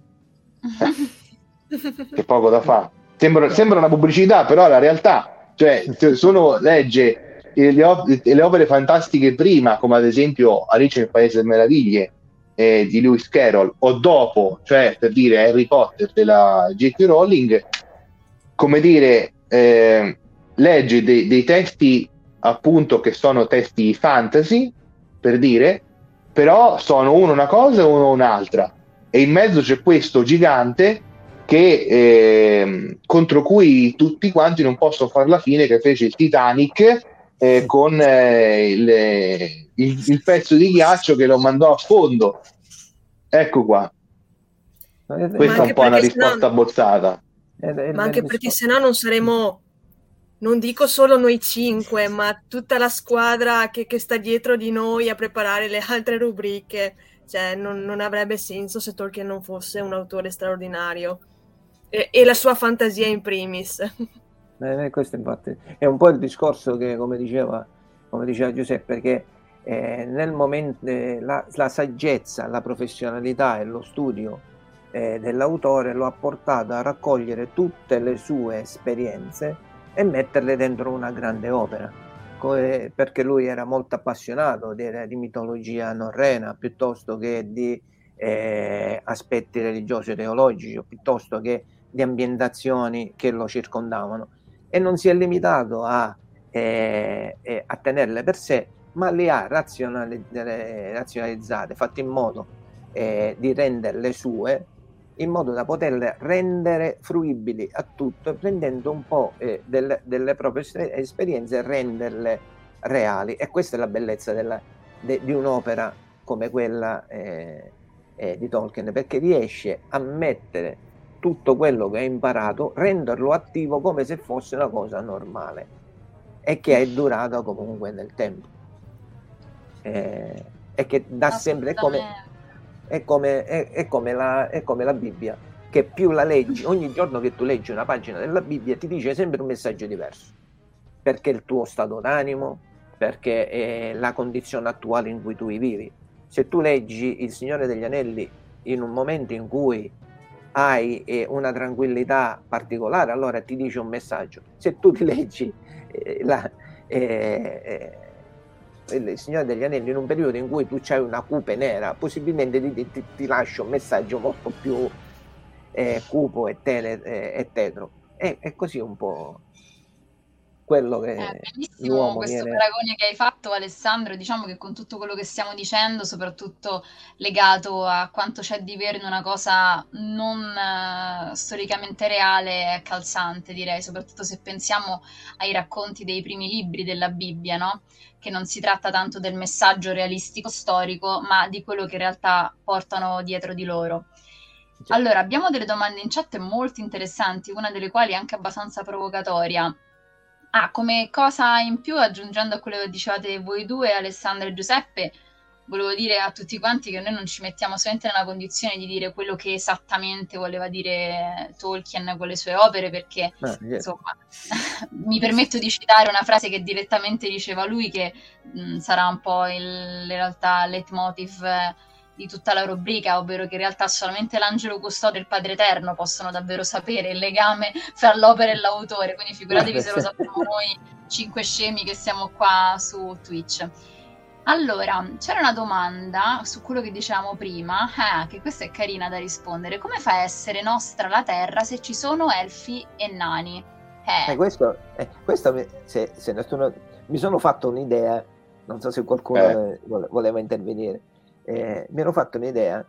Che poco da fare. Sembra una pubblicità, però la realtà, cioè se uno legge le opere fantastiche prima, come ad esempio Alice nel Paese delle Meraviglie di Lewis Carroll, o dopo, cioè per dire Harry Potter della J.K. Rowling, come dire, legge dei testi appunto che sono testi fantasy, per dire, però sono uno una cosa e uno un'altra, e in mezzo c'è questo gigante che contro cui tutti quanti non possono fare la fine che fece il Titanic, con il pezzo di ghiaccio che lo mandò a fondo. Ecco qua. Questa è un po' una risposta abbozzata. Ma anche perché sennò non saremo non dico solo noi 5, ma tutta la squadra che sta dietro di noi a preparare le altre rubriche. Cioè, non avrebbe senso se Tolkien non fosse un autore straordinario. E la sua fantasia in primis. Questo infatti è un po' il discorso che, come diceva Giuseppe, che nel momento la saggezza, la professionalità e lo studio dell'autore lo ha portato a raccogliere tutte le sue esperienze e metterle dentro una grande opera, perché lui era molto appassionato di mitologia norrena piuttosto che di aspetti religiosi e teologici, o piuttosto che di ambientazioni che lo circondavano, e non si è limitato a tenerle per sé, ma le ha razionalizzate, fatte in modo di renderle sue, in modo da poterle rendere fruibili a tutto, prendendo un po' delle proprie esperienze e renderle reali. E questa è la bellezza di un'opera come quella di Tolkien, perché riesce a mettere tutto quello che ha imparato, renderlo attivo come se fosse una cosa normale e che è durata comunque nel tempo, e che da sempre è come la Bibbia, che più la leggi, ogni giorno che tu leggi una pagina della Bibbia ti dice sempre un messaggio diverso, perché il tuo stato d'animo, perché è la condizione attuale in cui tu vivi. Se tu leggi Il Signore degli Anelli in un momento in cui hai una tranquillità particolare, allora ti dice un messaggio. Se tu ti leggi Il Signore degli Anelli in un periodo in cui tu c'hai una cupe nera, possibilmente ti lascia un messaggio molto più cupo e tetro. È così un po' quello che bellissimo questo paragone che hai fatto, Alessandro. Diciamo che con tutto quello che stiamo dicendo, soprattutto legato a quanto c'è di vero in una cosa non storicamente reale, è calzante, direi, soprattutto se pensiamo ai racconti dei primi libri della Bibbia, no? Che non si tratta tanto del messaggio realistico storico, ma di quello che in realtà portano dietro di loro. Allora, abbiamo delle domande in chat molto interessanti, una delle quali è anche abbastanza provocatoria. Come cosa in più, aggiungendo a quello che dicevate voi due, Alessandro e Giuseppe, volevo dire a tutti quanti che noi non ci mettiamo solamente nella condizione di dire quello che esattamente voleva dire Tolkien con le sue opere, perché insomma mi permetto di citare una frase che direttamente diceva lui, che sarà un po' in realtà leitmotiv di tutta la rubrica, ovvero che in realtà solamente l'angelo custode e il Padre Eterno possono davvero sapere il legame fra l'opera e l'autore, quindi figuratevi se lo sappiamo noi 5 scemi che siamo qua su Twitch. Allora, c'era una domanda su quello che dicevamo prima, che questa è carina da rispondere: come fa a essere nostra la Terra se ci sono elfi e nani? Questo se nessuno, mi sono fatto un'idea, non so se qualcuno voleva intervenire. Mi ero fatto un'idea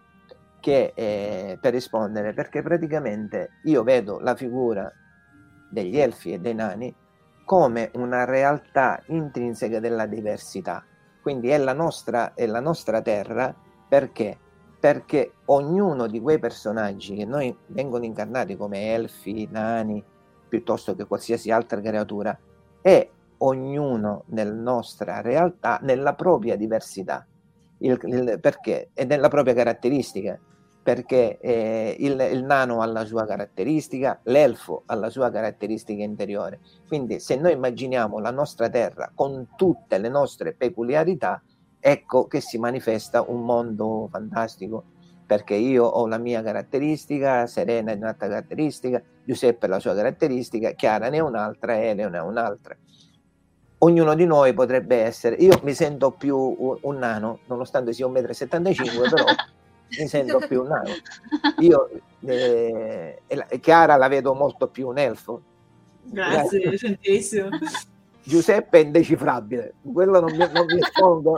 che per rispondere, perché praticamente io vedo la figura degli elfi e dei nani come una realtà intrinseca della diversità, quindi è la nostra terra, perché ognuno di quei personaggi che noi vengono incarnati come elfi, nani, piuttosto che qualsiasi altra creatura, è ognuno nella nostra realtà, nella propria diversità. Perché? E nella propria caratteristica, perché il nano ha la sua caratteristica, l'elfo ha la sua caratteristica interiore. Quindi se noi immaginiamo la nostra terra con tutte le nostre peculiarità, ecco che si manifesta un mondo fantastico, perché io ho la mia caratteristica, Serena è un'altra caratteristica, Giuseppe ha la sua caratteristica, Chiara ne è un'altra, Elena ne è un'altra. Ognuno di noi potrebbe essere, io mi sento più un nano, nonostante sia 1,75 m, però mi sento più un nano. Io Chiara la vedo molto più un elfo. Grazie, gentilissimo. Giuseppe è indecifrabile, quello non mi espongo.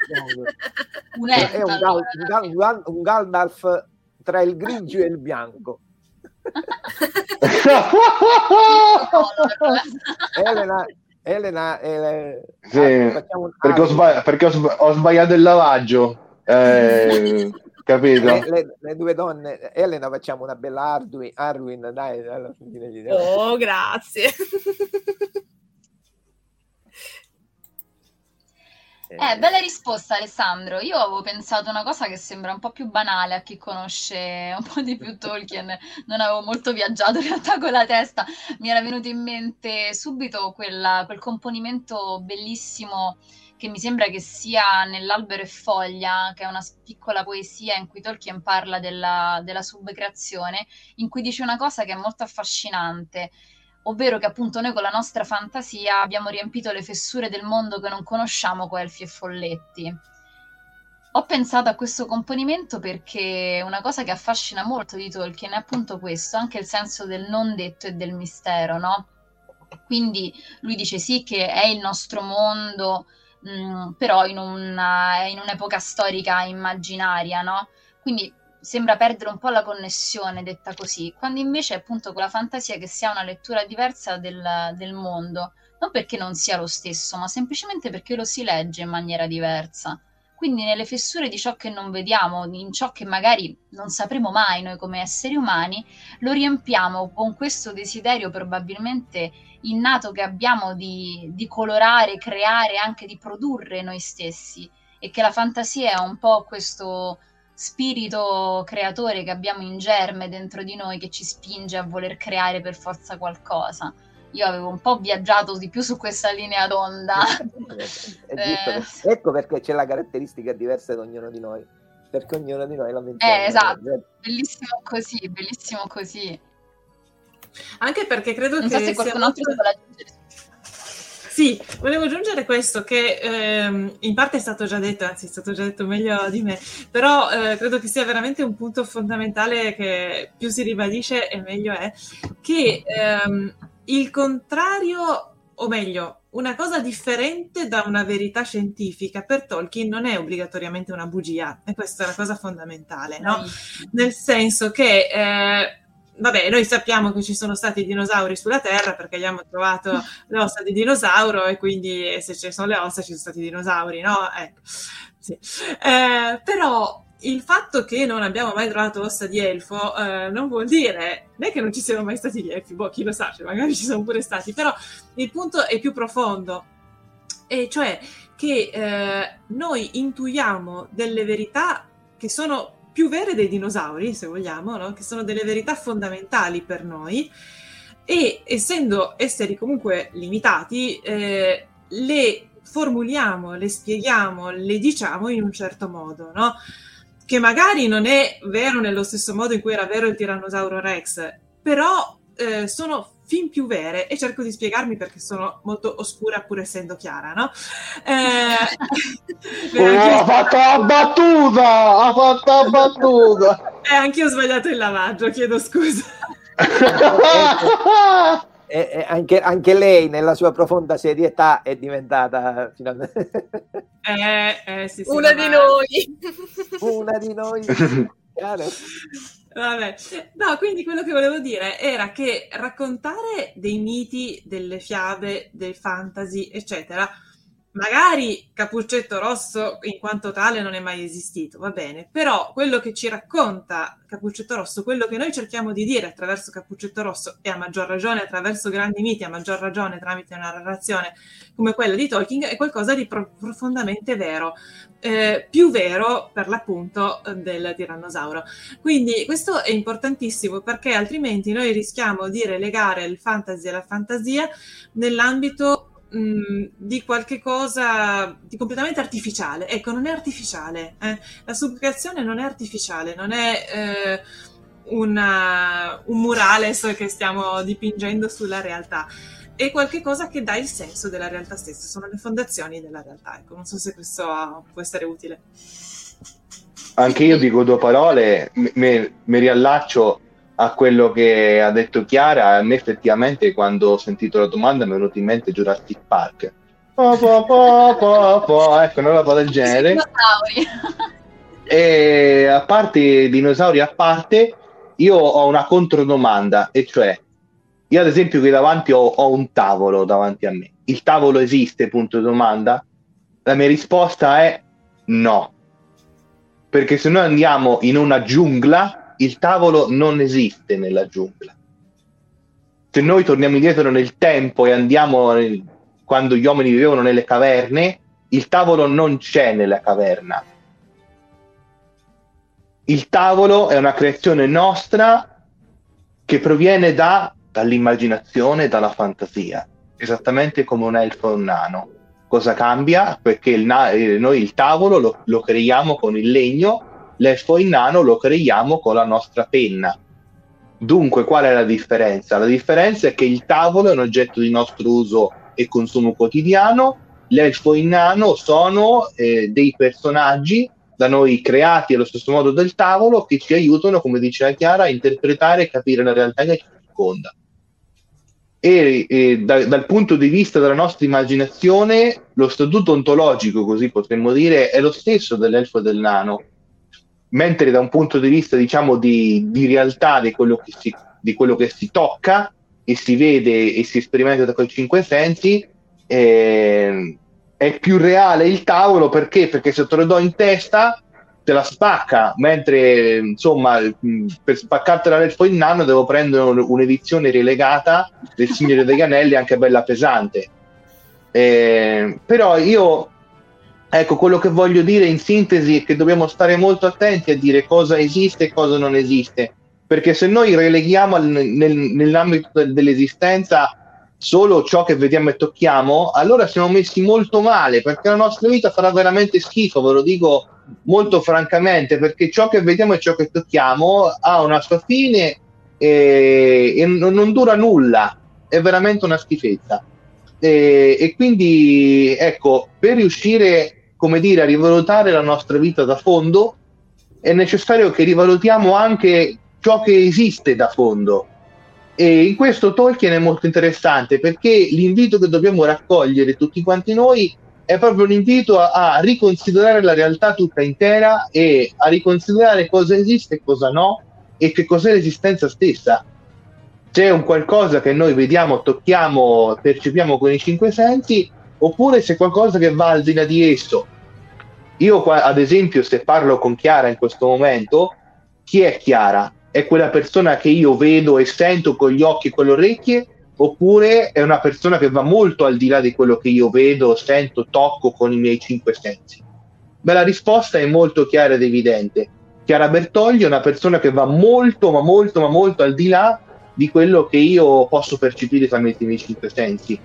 È un Gandalf tra il grigio e il bianco. Elena sì, perché ho sbagliato il lavaggio, capito? Le due donne. Elena, facciamo una bella Arwen, dai. Oh, grazie. Bella risposta Alessandro. Io avevo pensato una cosa che sembra un po' più banale a chi conosce un po' di più Tolkien, non avevo molto viaggiato in realtà con la testa, mi era venuto in mente subito quel componimento bellissimo che mi sembra che sia nell'Albero e Foglia, che è una piccola poesia in cui Tolkien parla della subcreazione, in cui dice una cosa che è molto affascinante, ovvero che appunto noi con la nostra fantasia abbiamo riempito le fessure del mondo che non conosciamo con elfi e folletti. Ho pensato a questo componimento perché una cosa che affascina molto di Tolkien è appunto questo, anche il senso del non detto e del mistero, no? Quindi lui dice sì che è il nostro mondo, però in un'epoca storica immaginaria, no? Quindi sembra perdere un po' la connessione, detta così, quando invece è appunto con la fantasia che si ha una lettura diversa del mondo, non perché non sia lo stesso, ma semplicemente perché lo si legge in maniera diversa. Quindi nelle fessure di ciò che non vediamo, in ciò che magari non sapremo mai noi come esseri umani, lo riempiamo con questo desiderio probabilmente innato che abbiamo di colorare, creare, anche di produrre noi stessi, e che la fantasia è un po' questo spirito creatore che abbiamo in germe dentro di noi, che ci spinge a voler creare per forza qualcosa. Io avevo un po' viaggiato di più su questa linea d'onda. Ecco perché c'è la caratteristica diversa di ognuno di noi, perché ognuno di noi la menziona. Esatto, bellissimo così. Anche perché credo non so se qualcun altro vuole aggiungere. Sì, volevo aggiungere questo che in parte è stato già detto, anzi è stato già detto meglio di me, però credo che sia veramente un punto fondamentale che più si ribadisce e meglio è, che il contrario, o meglio, una cosa differente da una verità scientifica per Tolkien non è obbligatoriamente una bugia, e questa è la cosa fondamentale, no? Nel senso che vabbè, noi sappiamo che ci sono stati dinosauri sulla Terra perché abbiamo trovato le ossa di dinosauro, e quindi se ci sono le ossa ci sono stati dinosauri, no? Ecco, sì. Però il fatto che non abbiamo mai trovato ossa di elfo non vuol dire né che non ci siano mai stati gli elfi, chi lo sa, cioè magari ci sono pure stati, però il punto è più profondo, e cioè che noi intuiamo delle verità che sono più vere dei dinosauri, se vogliamo, no? Che sono delle verità fondamentali per noi, e essendo esseri comunque limitati, le formuliamo, le spieghiamo, le diciamo in un certo modo, no? Che magari non è vero nello stesso modo in cui era vero il tirannosauro Rex, però sono fin più vere, e cerco di spiegarmi perché sono molto oscura pur essendo chiara, no? Ha fatto la battuta! E anche io ho sbagliato il lavaggio, chiedo scusa. Anche lei nella sua profonda serietà è diventata finalmente sì, una di noi. Una di noi. Chiaro. Vabbè. No, quindi quello che volevo dire era che raccontare dei miti, delle fiabe, dei fantasy, eccetera, magari Cappuccetto Rosso in quanto tale non è mai esistito, va bene, però quello che ci racconta Cappuccetto Rosso, quello che noi cerchiamo di dire attraverso Cappuccetto Rosso, e a maggior ragione attraverso grandi miti, a maggior ragione tramite una narrazione come quella di Tolkien, è qualcosa di profondamente vero, più vero per l'appunto del tirannosauro. Quindi questo è importantissimo, perché altrimenti noi rischiamo di relegare il fantasy e la fantasia nell'ambito di qualche cosa di completamente artificiale. Ecco, non è artificiale, la subcreazione non è artificiale, non è un murales che stiamo dipingendo sulla realtà, è qualche cosa che dà il senso della realtà stessa, sono le fondazioni della realtà. Ecco, non so se questo può essere utile. Anche io dico due parole, mi riallaccio a quello che ha detto Chiara. A me effettivamente, quando ho sentito la domanda, mi è venuto in mente Jurassic Park. Ecco, una roba del genere. E a parte dinosauri, a parte, io ho una controdomanda, e cioè, io ad esempio qui davanti ho un tavolo davanti a me. Il tavolo esiste, punto domanda? La mia risposta è no. Perché se noi andiamo in una giungla, il tavolo non esiste nella giungla. Se noi torniamo indietro nel tempo e andiamo quando gli uomini vivevano nelle caverne, il tavolo non c'è nella caverna. Il tavolo è una creazione nostra che proviene dall'immaginazione, dalla fantasia, esattamente come un elfo e un nano. Cosa cambia? Perché noi il tavolo lo creiamo con il legno, l'elfo e il nano lo creiamo con la nostra penna. Dunque, qual è la differenza? La differenza è che il tavolo è un oggetto di nostro uso e consumo quotidiano, l'elfo e il nano sono dei personaggi da noi creati allo stesso modo del tavolo, che ci aiutano, come diceva Chiara, a interpretare e capire la realtà che ci circonda. E dal punto di vista della nostra immaginazione, lo statuto ontologico, così potremmo dire, è lo stesso dell'elfo e del nano, mentre da un punto di vista, diciamo, di realtà, di quello che si tocca e si vede e si sperimenta con i cinque sensi, è più reale il tavolo. Perché se te lo do in testa te la spacca, mentre insomma per spaccartela l'elfo in nano devo prendere un'edizione rilegata del Signore degli Anelli, anche bella pesante. Però io, ecco, quello che voglio dire in sintesi è che dobbiamo stare molto attenti a dire cosa esiste e cosa non esiste, perché se noi releghiamo nell'ambito dell'esistenza solo ciò che vediamo e tocchiamo, allora siamo messi molto male, perché la nostra vita farà veramente schifo, ve lo dico molto francamente, perché ciò che vediamo e ciò che tocchiamo ha una sua fine e non dura nulla, è veramente una schifezza. E quindi, ecco, per riuscire, come dire, a rivalutare la nostra vita da fondo, è necessario che rivalutiamo anche ciò che esiste da fondo. E in questo Tolkien è molto interessante, perché l'invito che dobbiamo raccogliere tutti quanti noi è proprio un invito a riconsiderare la realtà tutta intera e a riconsiderare cosa esiste e cosa no, e che cos'è l'esistenza stessa. C'è un qualcosa che noi vediamo, tocchiamo, percepiamo con i cinque sensi, oppure c'è qualcosa che va al di là di esso. Io qua, ad esempio, se parlo con Chiara in questo momento, chi è Chiara? È quella persona che io vedo e sento con gli occhi e con le orecchie, oppure è una persona che va molto al di là di quello che io vedo, sento, tocco con i miei cinque sensi? Beh, la risposta è molto chiara ed evidente. Chiara Bertogli è una persona che va molto, ma molto, ma molto al di là di quello che io posso percepire tramite i miei cinque sensi.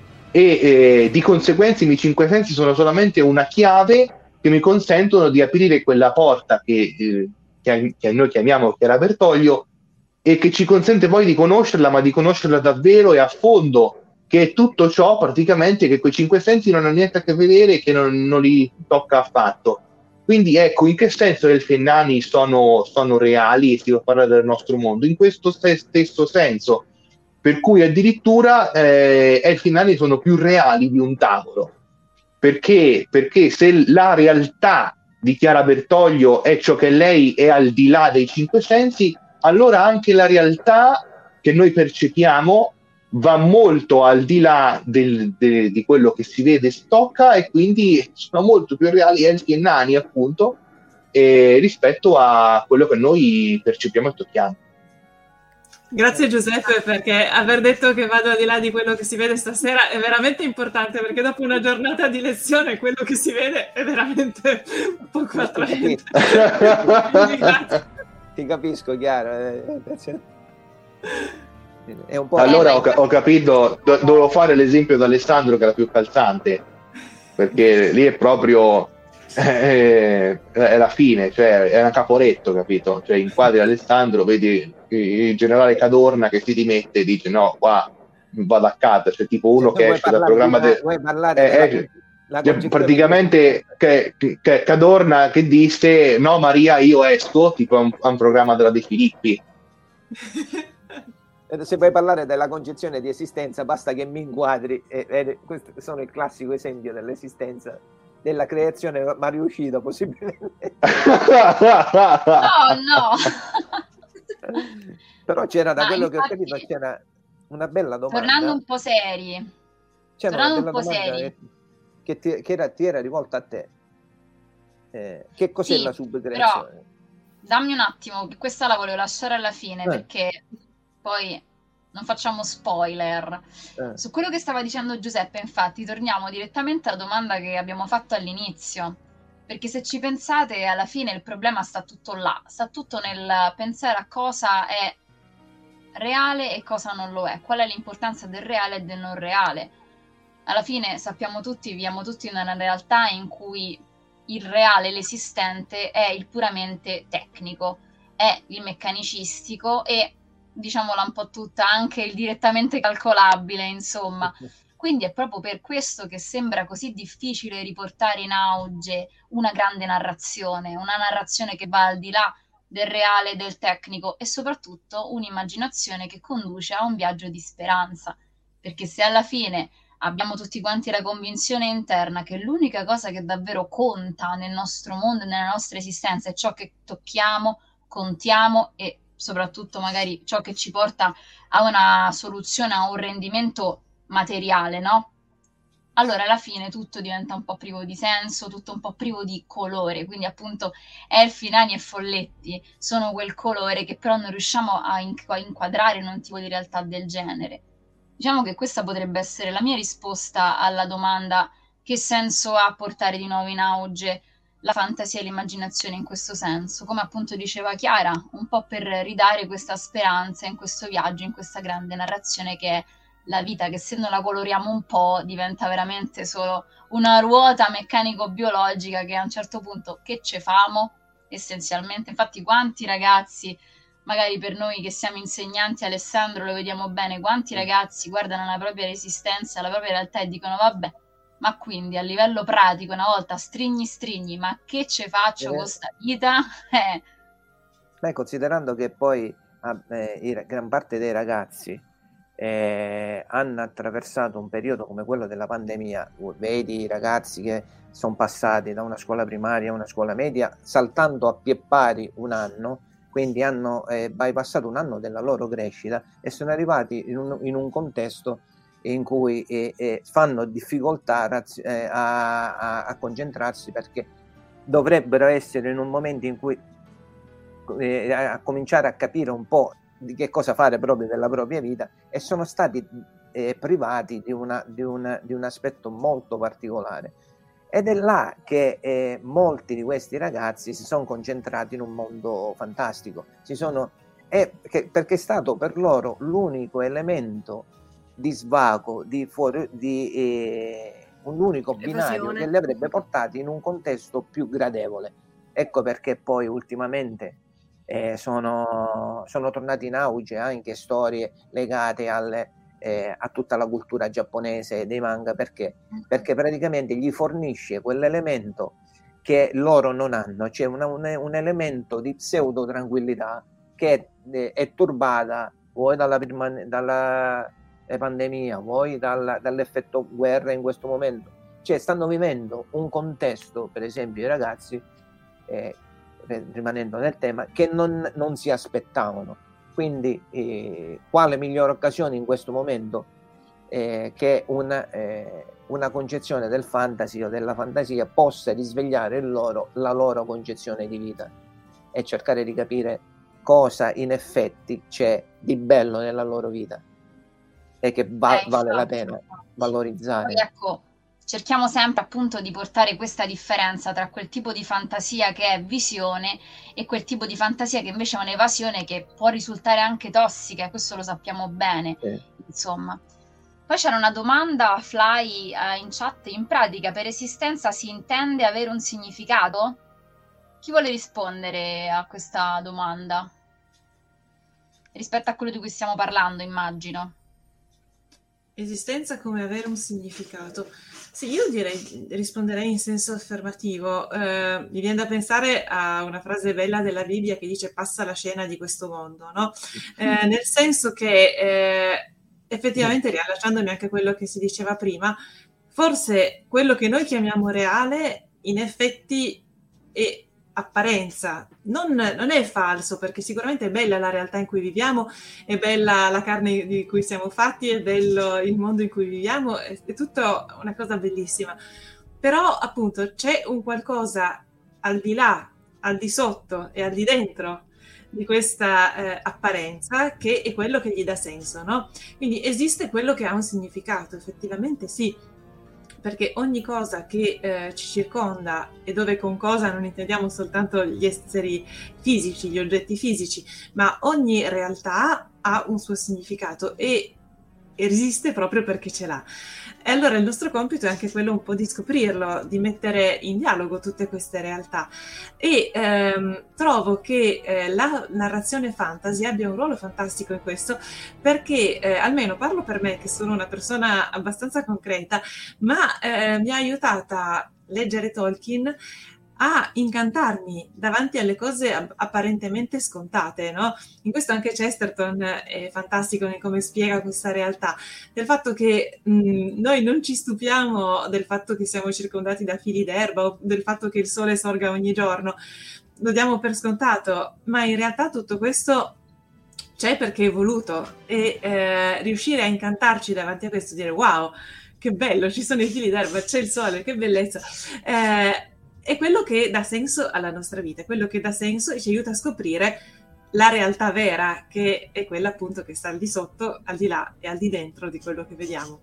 E di conseguenza i miei cinque sensi sono solamente una chiave che mi consentono di aprire quella porta che noi chiamiamo Chiara Bertoglio, e che ci consente poi di conoscerla, ma di conoscerla davvero e a fondo, che è tutto ciò praticamente che quei cinque sensi non hanno niente a che vedere e che non li tocca affatto. Quindi ecco, in che senso elfi e nani sono reali, e si può parlare del nostro mondo? In questo stesso senso, per cui addirittura elfi e nani sono più reali di un tavolo. Perché se la realtà di Chiara Bertoglio è ciò che lei è al di là dei cinque sensi, allora anche la realtà che noi percepiamo va molto al di là di quello che si vede e si tocca, e quindi sono molto più reali elfi e nani, appunto, rispetto a quello che noi percepiamo e tocchiamo. Grazie Giuseppe, perché aver detto che vado al di là di quello che si vede stasera è veramente importante, perché dopo una giornata di lezione quello che si vede è veramente poco attraente. Ti capisco, Chiara. È un po'... Allora ho capito, dovevo fare l'esempio di Alessandro, che era più calzante, perché lì è proprio è la fine, cioè è un caporetto, capito? Cioè inquadri Alessandro, vedi il generale Cadorna che si dimette e dice no, qua vado a casa, cioè tipo uno che esce dal programma praticamente che Cadorna che disse no Maria io esco, tipo a un programma della De Filippi. Se vuoi parlare della concezione di esistenza basta che mi inquadri, questo sono il classico esempio dell'esistenza, della creazione ma riuscita possibilmente. No. Però c'era, da quello che ho capito, c'era una bella domanda. Tornando un po' seri. C'era una bella domanda che ti era rivolta a te. Che cos'è la subcreazione? Però, dammi un attimo, questa la volevo lasciare alla fine, perché poi non facciamo spoiler. Su quello che stava dicendo Giuseppe, infatti, torniamo direttamente alla domanda che abbiamo fatto all'inizio, perché se ci pensate, alla fine il problema sta tutto là, sta tutto nel pensare a cosa è reale e cosa non lo è, qual è l'importanza del reale e del non reale. Alla fine sappiamo tutti, viviamo tutti in una realtà in cui il reale, l'esistente, è il puramente tecnico, è il meccanicistico e, diciamola un po' tutta, anche il direttamente calcolabile, insomma. Quindi è proprio per questo che sembra così difficile riportare in auge una grande narrazione, una narrazione che va al di là del reale, del tecnico e soprattutto un'immaginazione che conduce a un viaggio di speranza. Perché se alla fine abbiamo tutti quanti la convinzione interna che l'unica cosa che davvero conta nel nostro mondo e nella nostra esistenza è ciò che tocchiamo, contiamo e soprattutto magari ciò che ci porta a una soluzione, a un rendimento materiale, no? Allora alla fine tutto diventa un po' privo di senso, tutto un po' privo di colore, quindi appunto elfi, nani e folletti sono quel colore che però non riusciamo a inquadrare in un tipo di realtà del genere. Diciamo che questa potrebbe essere la mia risposta alla domanda: che senso ha portare di nuovo in auge la fantasia e l'immaginazione in questo senso? Come appunto diceva Chiara, un po' per ridare questa speranza in questo viaggio, in questa grande narrazione che è la vita, che se non la coloriamo un po' diventa veramente solo una ruota meccanico-biologica che a un certo punto che ce famo essenzialmente. Infatti quanti ragazzi, magari per noi che siamo insegnanti, Alessandro lo vediamo bene, quanti ragazzi guardano la propria resistenza, la propria realtà e dicono vabbè, ma quindi a livello pratico una volta strigni, ma che ce faccio con sta vita? Beh, considerando che poi gran parte dei ragazzi hanno attraversato un periodo come quello della pandemia, vedi i ragazzi che sono passati da una scuola primaria a una scuola media saltando a pie pari un anno, quindi hanno bypassato un anno della loro crescita e sono arrivati in un contesto in cui fanno difficoltà a concentrarsi, perché dovrebbero essere in un momento in cui a cominciare a capire un po' di che cosa fare proprio della propria vita, e sono stati privati di un aspetto molto particolare. Ed è là che molti di questi ragazzi si sono concentrati in un mondo fantastico, perché è stato per loro l'unico elemento di svago, un unico binario che li avrebbe portati in un contesto più gradevole. Ecco perché poi ultimamente sono tornati in auge anche storie legate a tutta la cultura giapponese dei manga, perché praticamente gli fornisce quell'elemento che loro non hanno, cioè un elemento di pseudo tranquillità che è turbata vuoi dalla pandemia, vuoi dall'effetto guerra in questo momento. Cioè stanno vivendo un contesto, per esempio i ragazzi, rimanendo nel tema, che non si aspettavano. Quindi quale migliore occasione in questo momento che una concezione del fantasy o della fantasia possa risvegliare la loro concezione di vita e cercare di capire cosa in effetti c'è di bello nella loro vita e che vale la pena valorizzare. Poi ecco, cerchiamo sempre appunto di portare questa differenza tra quel tipo di fantasia che è visione e quel tipo di fantasia che invece è un'evasione che può risultare anche tossica, questo lo sappiamo bene, insomma. Poi c'era una domanda, Fly, in chat: in pratica per esistenza si intende avere un significato? Chi vuole rispondere a questa domanda? Rispetto a quello di cui stiamo parlando, immagino. Esistenza come avere un significato. Sì, io risponderei in senso affermativo. Mi viene da pensare a una frase bella della Bibbia che dice passa la scena di questo mondo, no? Nel senso che effettivamente, riallacciandomi anche a quello che si diceva prima, forse quello che noi chiamiamo reale in effetti è apparenza, non è falso, perché sicuramente è bella la realtà in cui viviamo, è bella la carne di cui siamo fatti, è bello il mondo in cui viviamo, è tutto una cosa bellissima, però appunto c'è un qualcosa al di là, al di sotto e al di dentro di questa apparenza che è quello che gli dà senso, no? Quindi esiste quello che ha un significato, effettivamente sì, perché ogni cosa che ci circonda, e dove con cosa non intendiamo soltanto gli esseri fisici, gli oggetti fisici, ma ogni realtà ha un suo significato e esiste proprio perché ce l'ha. E allora il nostro compito è anche quello un po' di scoprirlo, di mettere in dialogo tutte queste realtà. E trovo che la narrazione fantasy abbia un ruolo fantastico in questo, perché almeno parlo per me, che sono una persona abbastanza concreta, ma mi ha aiutata leggere Tolkien a incantarmi davanti alle cose apparentemente scontate, no? In questo anche Chesterton è fantastico nel come spiega questa realtà, del fatto che noi non ci stupiamo del fatto che siamo circondati da fili d'erba o del fatto che il sole sorga ogni giorno, lo diamo per scontato, ma in realtà tutto questo c'è perché è voluto, e riuscire a incantarci davanti a questo, dire wow, che bello, ci sono i fili d'erba, c'è il sole, che bellezza, è quello che dà senso alla nostra vita, è quello che dà senso e ci aiuta a scoprire la realtà vera, che è quella appunto che sta al di sotto, al di là e al di dentro di quello che vediamo.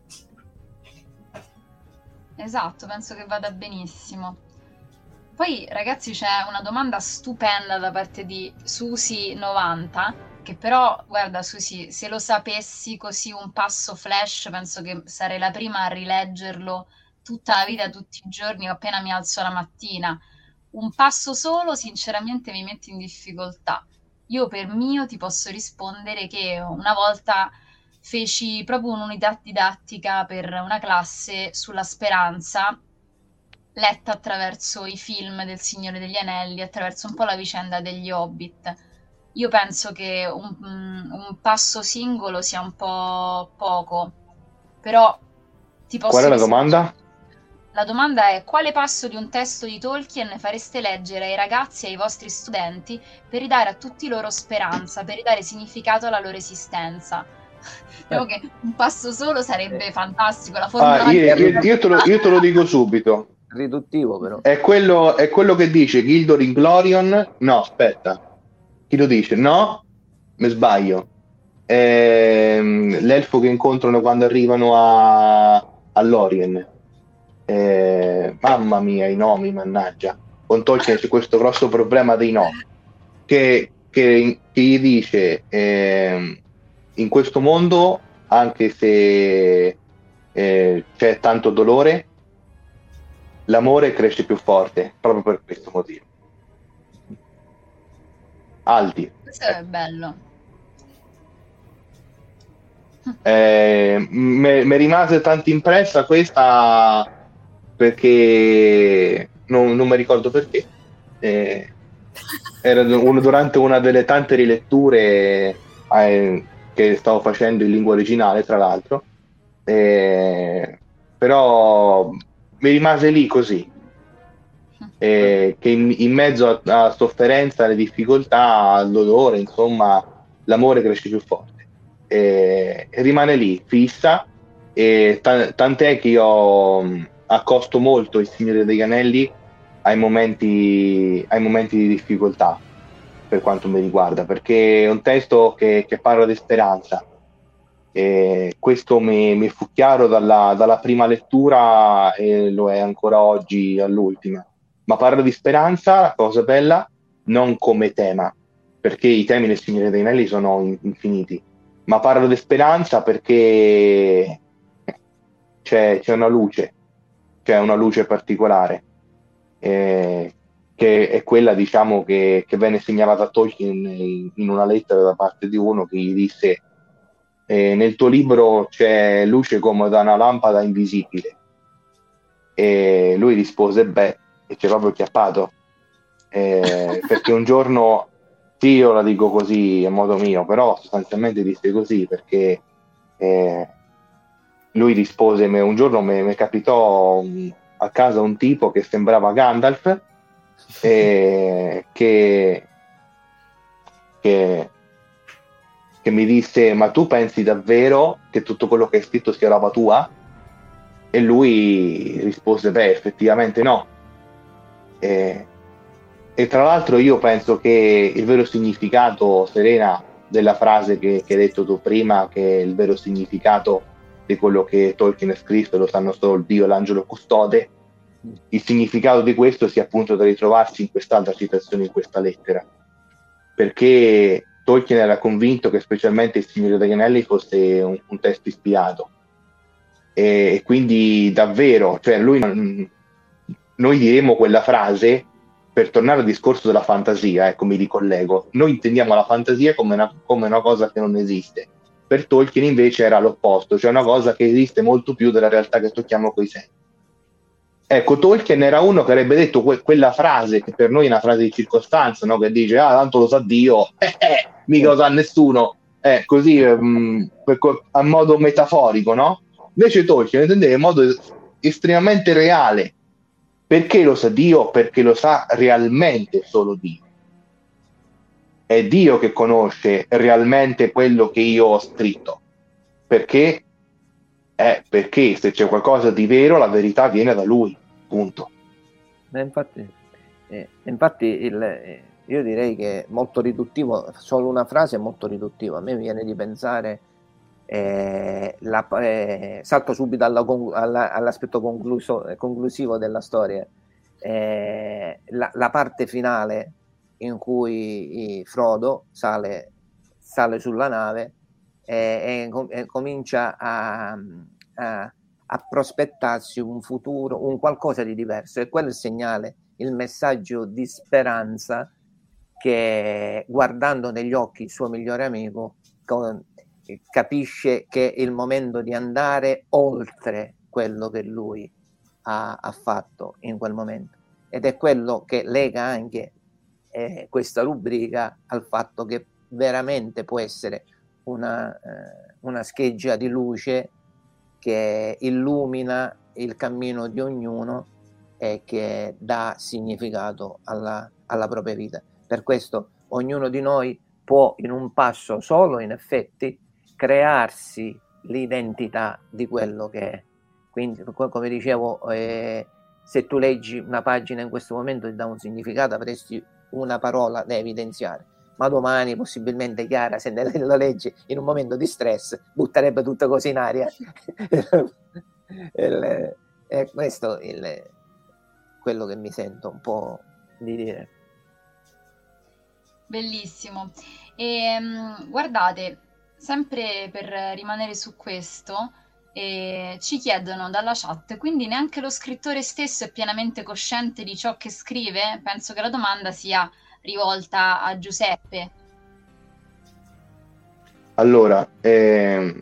Esatto, penso che vada benissimo. Poi ragazzi c'è una domanda stupenda da parte di Susi90, che però, guarda Susi, se lo sapessi così un passo flash, penso che sarei la prima a rileggerlo tutta la vita, tutti i giorni, appena mi alzo la mattina. Un passo solo, sinceramente, mi mette in difficoltà. Io per mio ti posso rispondere che una volta feci proprio un'unità didattica per una classe sulla speranza, letta attraverso i film del Signore degli Anelli, attraverso un po' la vicenda degli Hobbit. Io penso che un passo singolo sia un po' poco, però ti posso... Qual è la domanda? La domanda è: quale passo di un testo di Tolkien fareste leggere ai ragazzi e ai vostri studenti per ridare a tutti loro speranza, per ridare significato alla loro esistenza? Diciamo che un passo solo sarebbe fantastico. La formula io te lo dico subito. Riduttivo, però. È quello che dice Gildor Inglorion. No, aspetta. Chi lo dice? No, mi sbaglio. L'elfo che incontrano quando arrivano a Lorien. Mamma mia, i nomi, mannaggia. Con Tolkien c'è questo grosso problema dei nomi. Che gli dice: in questo mondo, anche se c'è tanto dolore, l'amore cresce più forte, proprio per questo motivo. Aldi. Questo è bello. Mi rimase tanto impressa questa, perché non mi ricordo perché. Era durante una delle tante riletture che stavo facendo in lingua originale, tra l'altro, però mi rimase lì così, che in mezzo a sofferenza, alle difficoltà, al dolore, insomma, l'amore cresce più forte, e rimane lì fissa, e tant'è che io accosto molto il Signore degli Anelli ai momenti di difficoltà, per quanto mi riguarda, perché è un testo che parla di speranza, e questo mi fu chiaro dalla prima lettura, e lo è ancora oggi all'ultima. Ma parla di speranza, la cosa bella, non come tema, perché i temi del Signore degli Anelli sono infiniti, ma parla di speranza perché c'è una luce particolare, che è quella, diciamo, che venne segnalata a Tolkien in una lettera da parte di uno che gli disse: nel tuo libro c'è luce come da una lampada invisibile. E lui rispose: beh, e c'è proprio chiappato, perché un giorno, sì, io la dico così a modo mio, però sostanzialmente disse così perché lui rispose: un giorno mi capitò a casa un tipo che sembrava Gandalf, che mi disse: ma tu pensi davvero che tutto quello che hai scritto sia roba tua? E lui rispose: beh, effettivamente no. E tra l'altro io penso che il vero significato, Serena, della frase che hai detto tu prima, che il vero significato di quello che Tolkien ha scritto lo sanno solo il Dio e l'angelo custode, il significato di questo sia appunto da ritrovarsi in quest'altra citazione, in questa lettera, perché Tolkien era convinto che specialmente il Signore degli Anelli fosse un testo ispirato, e quindi davvero, cioè noi diremo quella frase per tornare al discorso della fantasia, ecco, mi ricollego. Noi intendiamo la fantasia come una cosa che non esiste. Per Tolkien invece era l'opposto, cioè una cosa che esiste molto più della realtà che tocchiamo coi sensi. Ecco, Tolkien era uno che avrebbe detto quella frase che per noi è una frase di circostanza, no? Che dice, tanto lo sa Dio, mica lo sa nessuno, così a modo metaforico, no? Invece Tolkien intendeva in modo estremamente reale. Perché lo sa Dio? Perché lo sa realmente solo Dio. È Dio che conosce realmente quello che io ho scritto. Perché? Perché se c'è qualcosa di vero, la verità viene da Lui. Punto. Infatti io direi che è molto riduttivo, solo una frase è molto riduttiva. A me viene di pensare, salto subito all'aspetto conclusivo della storia, la parte finale in cui Frodo sale sulla nave e comincia a prospettarsi un futuro, un qualcosa di diverso, e quello è il segnale, il messaggio di speranza che, guardando negli occhi il suo migliore amico, capisce che è il momento di andare oltre quello che lui ha fatto in quel momento, ed è quello che lega anche questa rubrica al fatto che veramente può essere una scheggia di luce che illumina il cammino di ognuno e che dà significato alla propria vita. Per questo ognuno di noi può, in un passo solo, in effetti, crearsi l'identità di quello che è. Quindi, come dicevo, se tu leggi una pagina in questo momento ti dà un significato, avresti una parola da evidenziare, ma domani possibilmente Chiara, se lo leggi in un momento di stress, butterebbe tutto così in aria. E questo è quello che mi sento un po' di dire. Bellissimo. E guardate, sempre per rimanere su questo, ci chiedono dalla chat, quindi neanche lo scrittore stesso è pienamente cosciente di ciò che scrive? Penso che la domanda sia rivolta a Giuseppe. Allora, per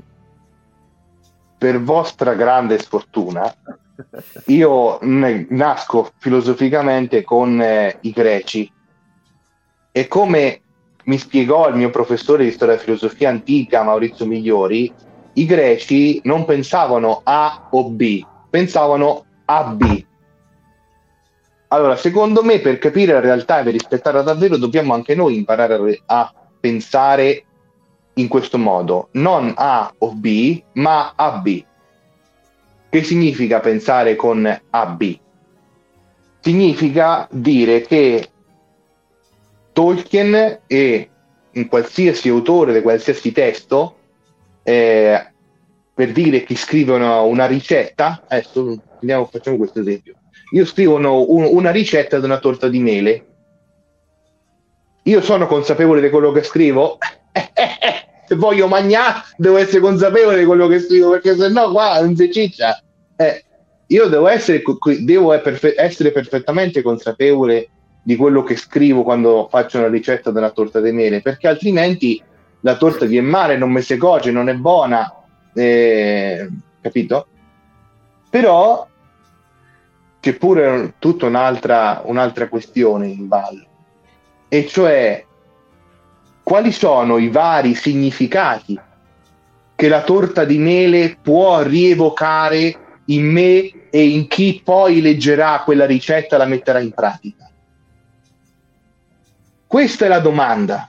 vostra grande sfortuna, io nasco filosoficamente con i greci, e come mi spiegò il mio professore di storia e filosofia antica, Maurizio Migliori, i greci non pensavano A o B, pensavano AB. Allora, secondo me, per capire la realtà e per rispettarla davvero, dobbiamo anche noi imparare a pensare in questo modo, non A o B, ma AB. Che significa pensare con AB? Significa dire che Tolkien e in qualsiasi autore di qualsiasi testo, per dire chi scrive una ricetta, adesso facciamo questo esempio. Io scrivo una ricetta di una torta di mele. Io sono consapevole di quello che scrivo? Se voglio mangiare, devo essere consapevole di quello che scrivo, perché sennò qua non si ciccia. Io devo essere perfettamente consapevole di quello che scrivo quando faccio una ricetta della torta di mele, perché altrimenti la torta viene male, non mi si cuoce, non è buona, capito? Però c'è pure tutta un'altra questione in ballo, e cioè quali sono i vari significati che la torta di mele può rievocare in me e in chi poi leggerà quella ricetta e la metterà in pratica. Questa è la domanda.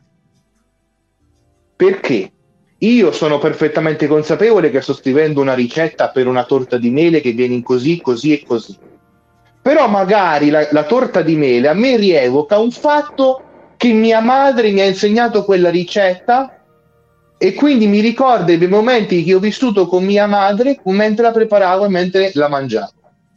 Perché io sono perfettamente consapevole che sto scrivendo una ricetta per una torta di mele che viene in così, così e così. Però magari la torta di mele a me rievoca un fatto che mia madre mi ha insegnato quella ricetta e quindi mi ricorda dei momenti che ho vissuto con mia madre mentre la preparavo e mentre la mangiavo.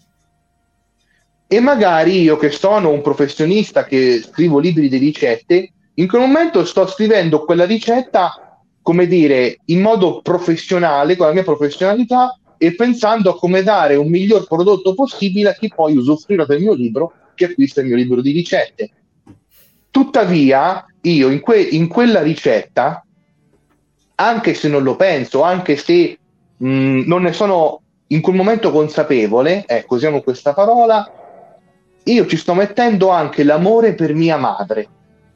E magari io, che sono un professionista che scrivo libri di ricette, in quel momento sto scrivendo quella ricetta, come dire, in modo professionale, con la mia professionalità, e pensando a come dare un miglior prodotto possibile a chi poi usufruirà del mio libro, che acquista il mio libro di ricette. Tuttavia, io in quella ricetta, anche se non lo penso, anche se non ne sono in quel momento consapevole, ecco, usiamo questa parola, io ci sto mettendo anche l'amore per mia madre.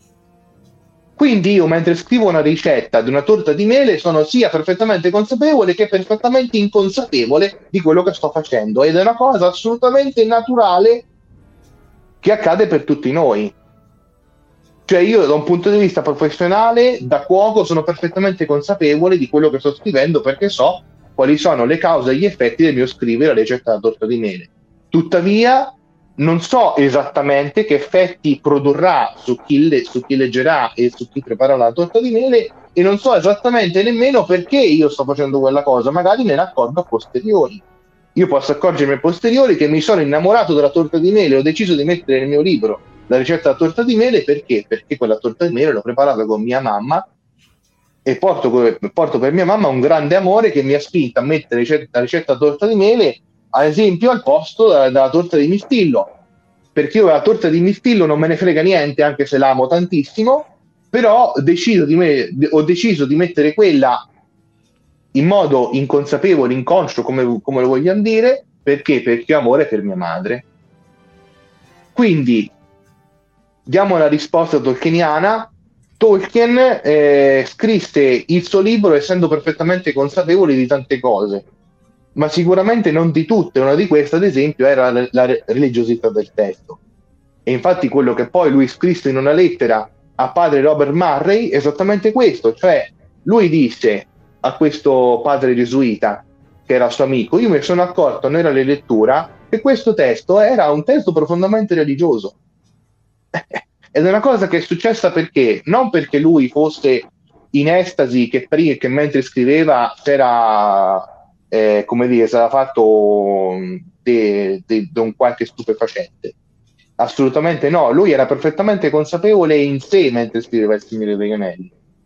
Quindi io, mentre scrivo una ricetta di una torta di mele, sono sia perfettamente consapevole che perfettamente inconsapevole di quello che sto facendo, ed è una cosa assolutamente naturale che accade per tutti noi. Cioè io, da un punto di vista professionale, da cuoco, sono perfettamente consapevole di quello che sto scrivendo, perché so quali sono le cause e gli effetti del mio scrivere la ricetta della torta di mele. Tuttavia non so esattamente che effetti produrrà su chi leggerà e su chi prepara la torta di mele, e non so esattamente nemmeno perché io sto facendo quella cosa. Magari me ne accorgo a posteriori. Io posso accorgermi a posteriori che mi sono innamorato della torta di mele, ho deciso di mettere nel mio libro la ricetta della torta di mele perché quella torta di mele l'ho preparata con mia mamma e porto per mia mamma un grande amore che mi ha spinto a mettere la ricetta della torta di mele, ad esempio, al posto della torta di mistillo, perché io la torta di mistillo non me ne frega niente, anche se l'amo tantissimo, però ho deciso di mettere quella in modo inconsapevole, inconscio, come lo vogliamo dire, perché ho amore per mia madre. Quindi diamo la risposta tolkieniana. Tolkien scrisse il suo libro essendo perfettamente consapevole di tante cose, ma sicuramente non di tutte. Una di queste, ad esempio, era la religiosità del testo. E infatti quello che poi lui scrisse in una lettera a padre Robert Murray è esattamente questo, cioè lui disse a questo padre gesuita, che era suo amico: io mi sono accorto nella lettura che questo testo era un testo profondamente religioso. Ed è una cosa che è successa perché? Non perché lui fosse in estasi che mentre scriveva c'era sarà fatto da un qualche stupefacente. Assolutamente no, lui era perfettamente consapevole in sé mentre scriveva Il Signore degli Anelli,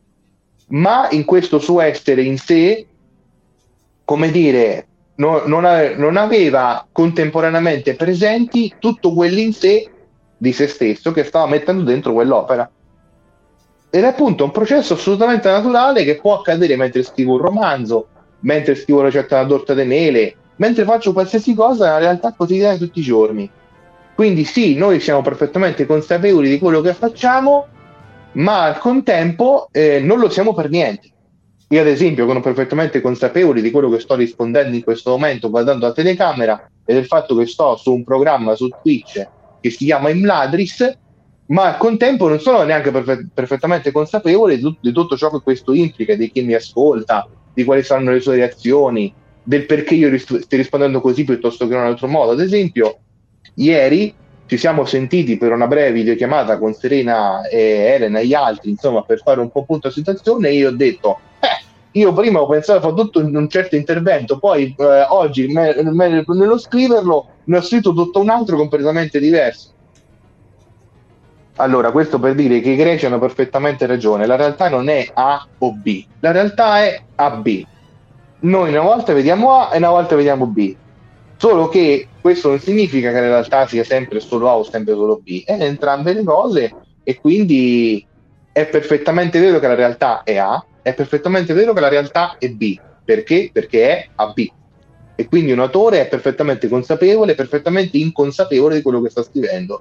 ma in questo suo essere in sé, come dire, non aveva contemporaneamente presenti tutto quell'in sé di se stesso che stava mettendo dentro quell'opera. Ed è appunto un processo assolutamente naturale che può accadere mentre scrivo un romanzo, mentre scrivo la ricetta della torta di mele, mentre faccio qualsiasi cosa nella realtà quotidiana di tutti i giorni. Quindi sì, noi siamo perfettamente consapevoli di quello che facciamo, ma al contempo non lo siamo per niente. Io, ad esempio, sono perfettamente consapevole di quello che sto rispondendo in questo momento guardando la telecamera e del fatto che sto su un programma su Twitch che si chiama Imladris, ma al contempo non sono neanche perfettamente consapevole di tutto ciò che questo implica, di chi mi ascolta, di quali saranno le sue reazioni, del perché io stia rispondendo così piuttosto che in un altro modo. Ad esempio, ieri ci siamo sentiti per una breve videochiamata con Serena e Elena e gli altri, insomma, per fare un po' punto a situazione, e io ho detto io prima ho pensato a fare tutto in un certo intervento, poi oggi nello scriverlo ne ho scritto tutto un altro completamente diverso. Allora, questo per dire che i greci hanno perfettamente ragione, la realtà non è A o B, la realtà è AB. Noi una volta vediamo A e una volta vediamo B, solo che questo non significa che la realtà sia sempre solo A o sempre solo B, è entrambe le cose, e quindi è perfettamente vero che la realtà è A, è perfettamente vero che la realtà è B. Perché? Perché è AB. E quindi un autore è perfettamente consapevole, perfettamente inconsapevole di quello che sta scrivendo.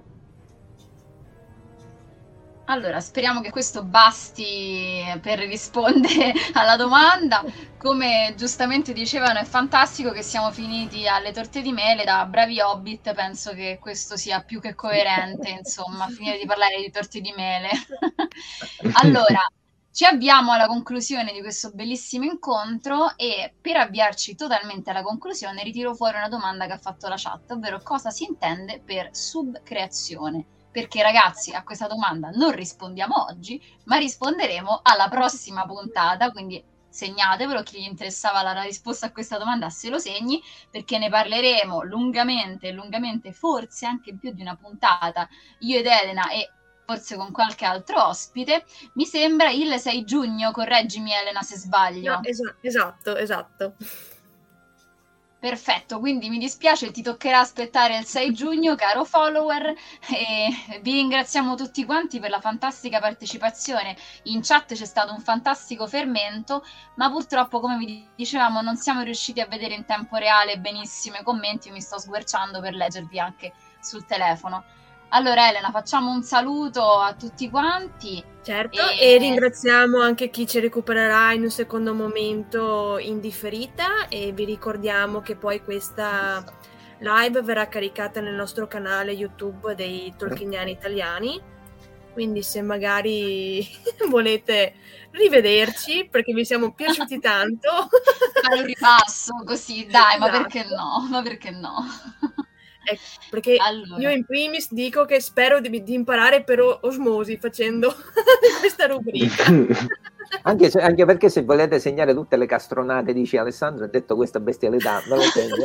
Allora, speriamo che questo basti per rispondere alla domanda. Come giustamente dicevano, è fantastico che siamo finiti alle torte di mele. Da bravi hobbit penso che questo sia più che coerente, insomma, finire di parlare di torte di mele. Allora, Ci avviamo alla conclusione di questo bellissimo incontro e per avviarci totalmente alla conclusione ritiro fuori una domanda che ha fatto la chat, ovvero cosa si intende per subcreazione? Perché ragazzi, a questa domanda non rispondiamo oggi, ma risponderemo alla prossima puntata, quindi segnatevelo, chi gli interessava la risposta a questa domanda se lo segni, perché ne parleremo lungamente, forse anche più di una puntata, io ed Elena e forse con qualche altro ospite, mi sembra il 6 giugno, correggimi Elena se sbaglio. No, esatto. Perfetto, quindi mi dispiace, ti toccherà aspettare il 6 giugno, caro follower, e vi ringraziamo tutti quanti per la fantastica partecipazione. In chat c'è stato un fantastico fermento, ma purtroppo, come vi dicevamo, non siamo riusciti a vedere in tempo reale benissimo i commenti, io mi sto sguarciando per leggervi anche sul telefono. Allora Elena, facciamo un saluto a tutti quanti. Certo, e ringraziamo anche chi ci recupererà in un secondo momento in differita e vi ricordiamo che poi questa live verrà caricata nel nostro canale YouTube dei Tolkieniani Italiani, quindi se magari volete rivederci perché vi siamo piaciuti tanto. Fare un ripasso così, dai, esatto. Ma perché no? Perché io in primis dico che spero di imparare per osmosi facendo questa rubrica. Anche perché se volete segnare tutte le castronate, dice Alessandro, ha detto questa bestialità, me lo segno.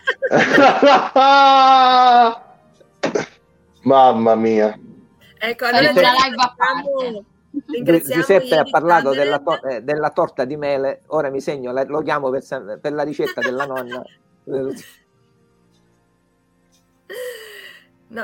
Mamma mia. Ecco, allora Giuseppe ha parlato della torta di mele, ora mi segno, lo chiamo per la ricetta della nonna. No.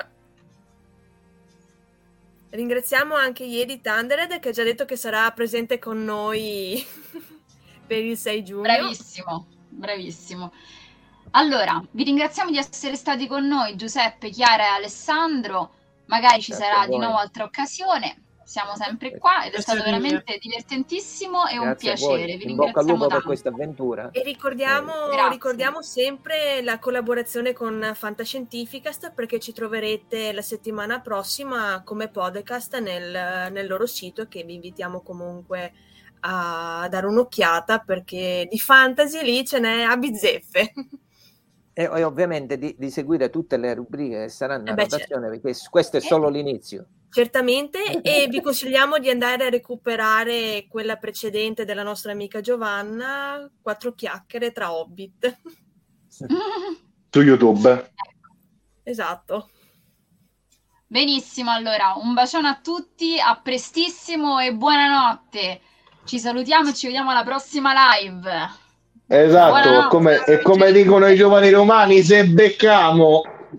Ringraziamo anche Iedi Thundered che ha già detto che sarà presente con noi per il 6 giugno. Bravissimo. Allora, vi ringraziamo di essere stati con noi, Giuseppe, Chiara e Alessandro. Magari ci sarà di nuovo altra occasione. Siamo sempre qua ed è stato veramente divertentissimo e un piacere. Vi in bocca al lupo tanto per questa avventura. E ricordiamo sempre la collaborazione con Fantascientificast, perché ci troverete la settimana prossima come podcast nel loro sito, che vi invitiamo comunque a dare un'occhiata, perché di fantasy lì ce n'è a bizzeffe. E ovviamente di seguire tutte le rubriche che saranno a rotazione, perché questo è solo l'inizio. Certamente, e vi consigliamo di andare a recuperare quella precedente della nostra amica Giovanna, 4 chiacchiere tra Hobbit. Su YouTube. Esatto. Benissimo, allora, un bacione a tutti, a prestissimo e buonanotte. Ci salutiamo e ci vediamo alla prossima live. Esatto, come dicono i giovani romani, se beccamo,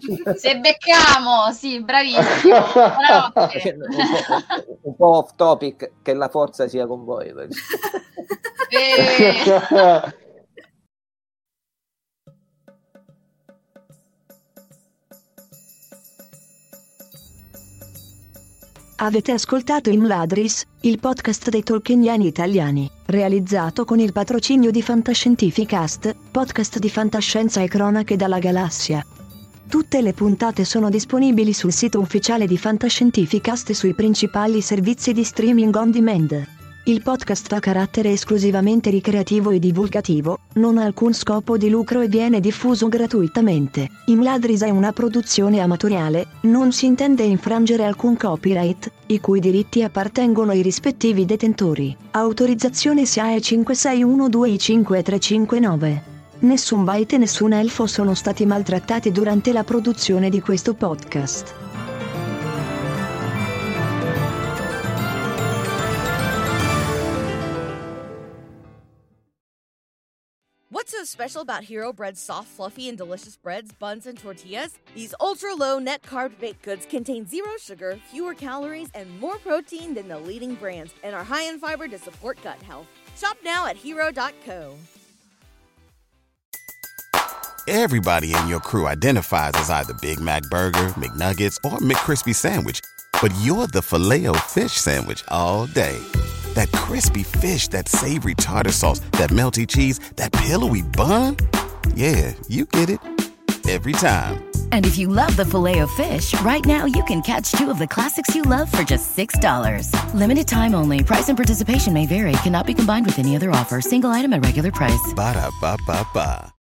sì, bravissimo. Buonanotte. un po' off topic, che la forza sia con voi. Avete ascoltato Imladris, il podcast dei Tolkieniani Italiani, realizzato con il patrocinio di Fantascientificast, podcast di fantascienza e cronache dalla galassia. Tutte le puntate sono disponibili sul sito ufficiale di Fantascientificast e sui principali servizi di streaming on demand. Il podcast ha carattere esclusivamente ricreativo e divulgativo, non ha alcun scopo di lucro e viene diffuso gratuitamente. Imladris è una produzione amatoriale, non si intende infrangere alcun copyright, i cui diritti appartengono ai rispettivi detentori. Autorizzazione SIAE 5612I5359. Nessun byte e nessun elfo sono stati maltrattati durante la produzione di questo podcast. What's so special about Hero Bread's soft, fluffy, and delicious breads, buns, and tortillas? These ultra-low net-carb baked goods contain zero sugar, fewer calories, and more protein than the leading brands, and are high in fiber to support gut health. Shop now at Hero.co. Everybody in your crew identifies as either Big Mac Burger, McNuggets, or McCrispy Sandwich. But you're the Filet-O-Fish Sandwich all day. That crispy fish, that savory tartar sauce, that melty cheese, that pillowy bun. Yeah, you get it. every time. And if you love the Filet-O-Fish, right now you can catch 2 of the classics you love for just $6. Limited time only. Price and participation may vary. Cannot be combined with any other offer. Single item at regular price. Ba-da-ba-ba-ba.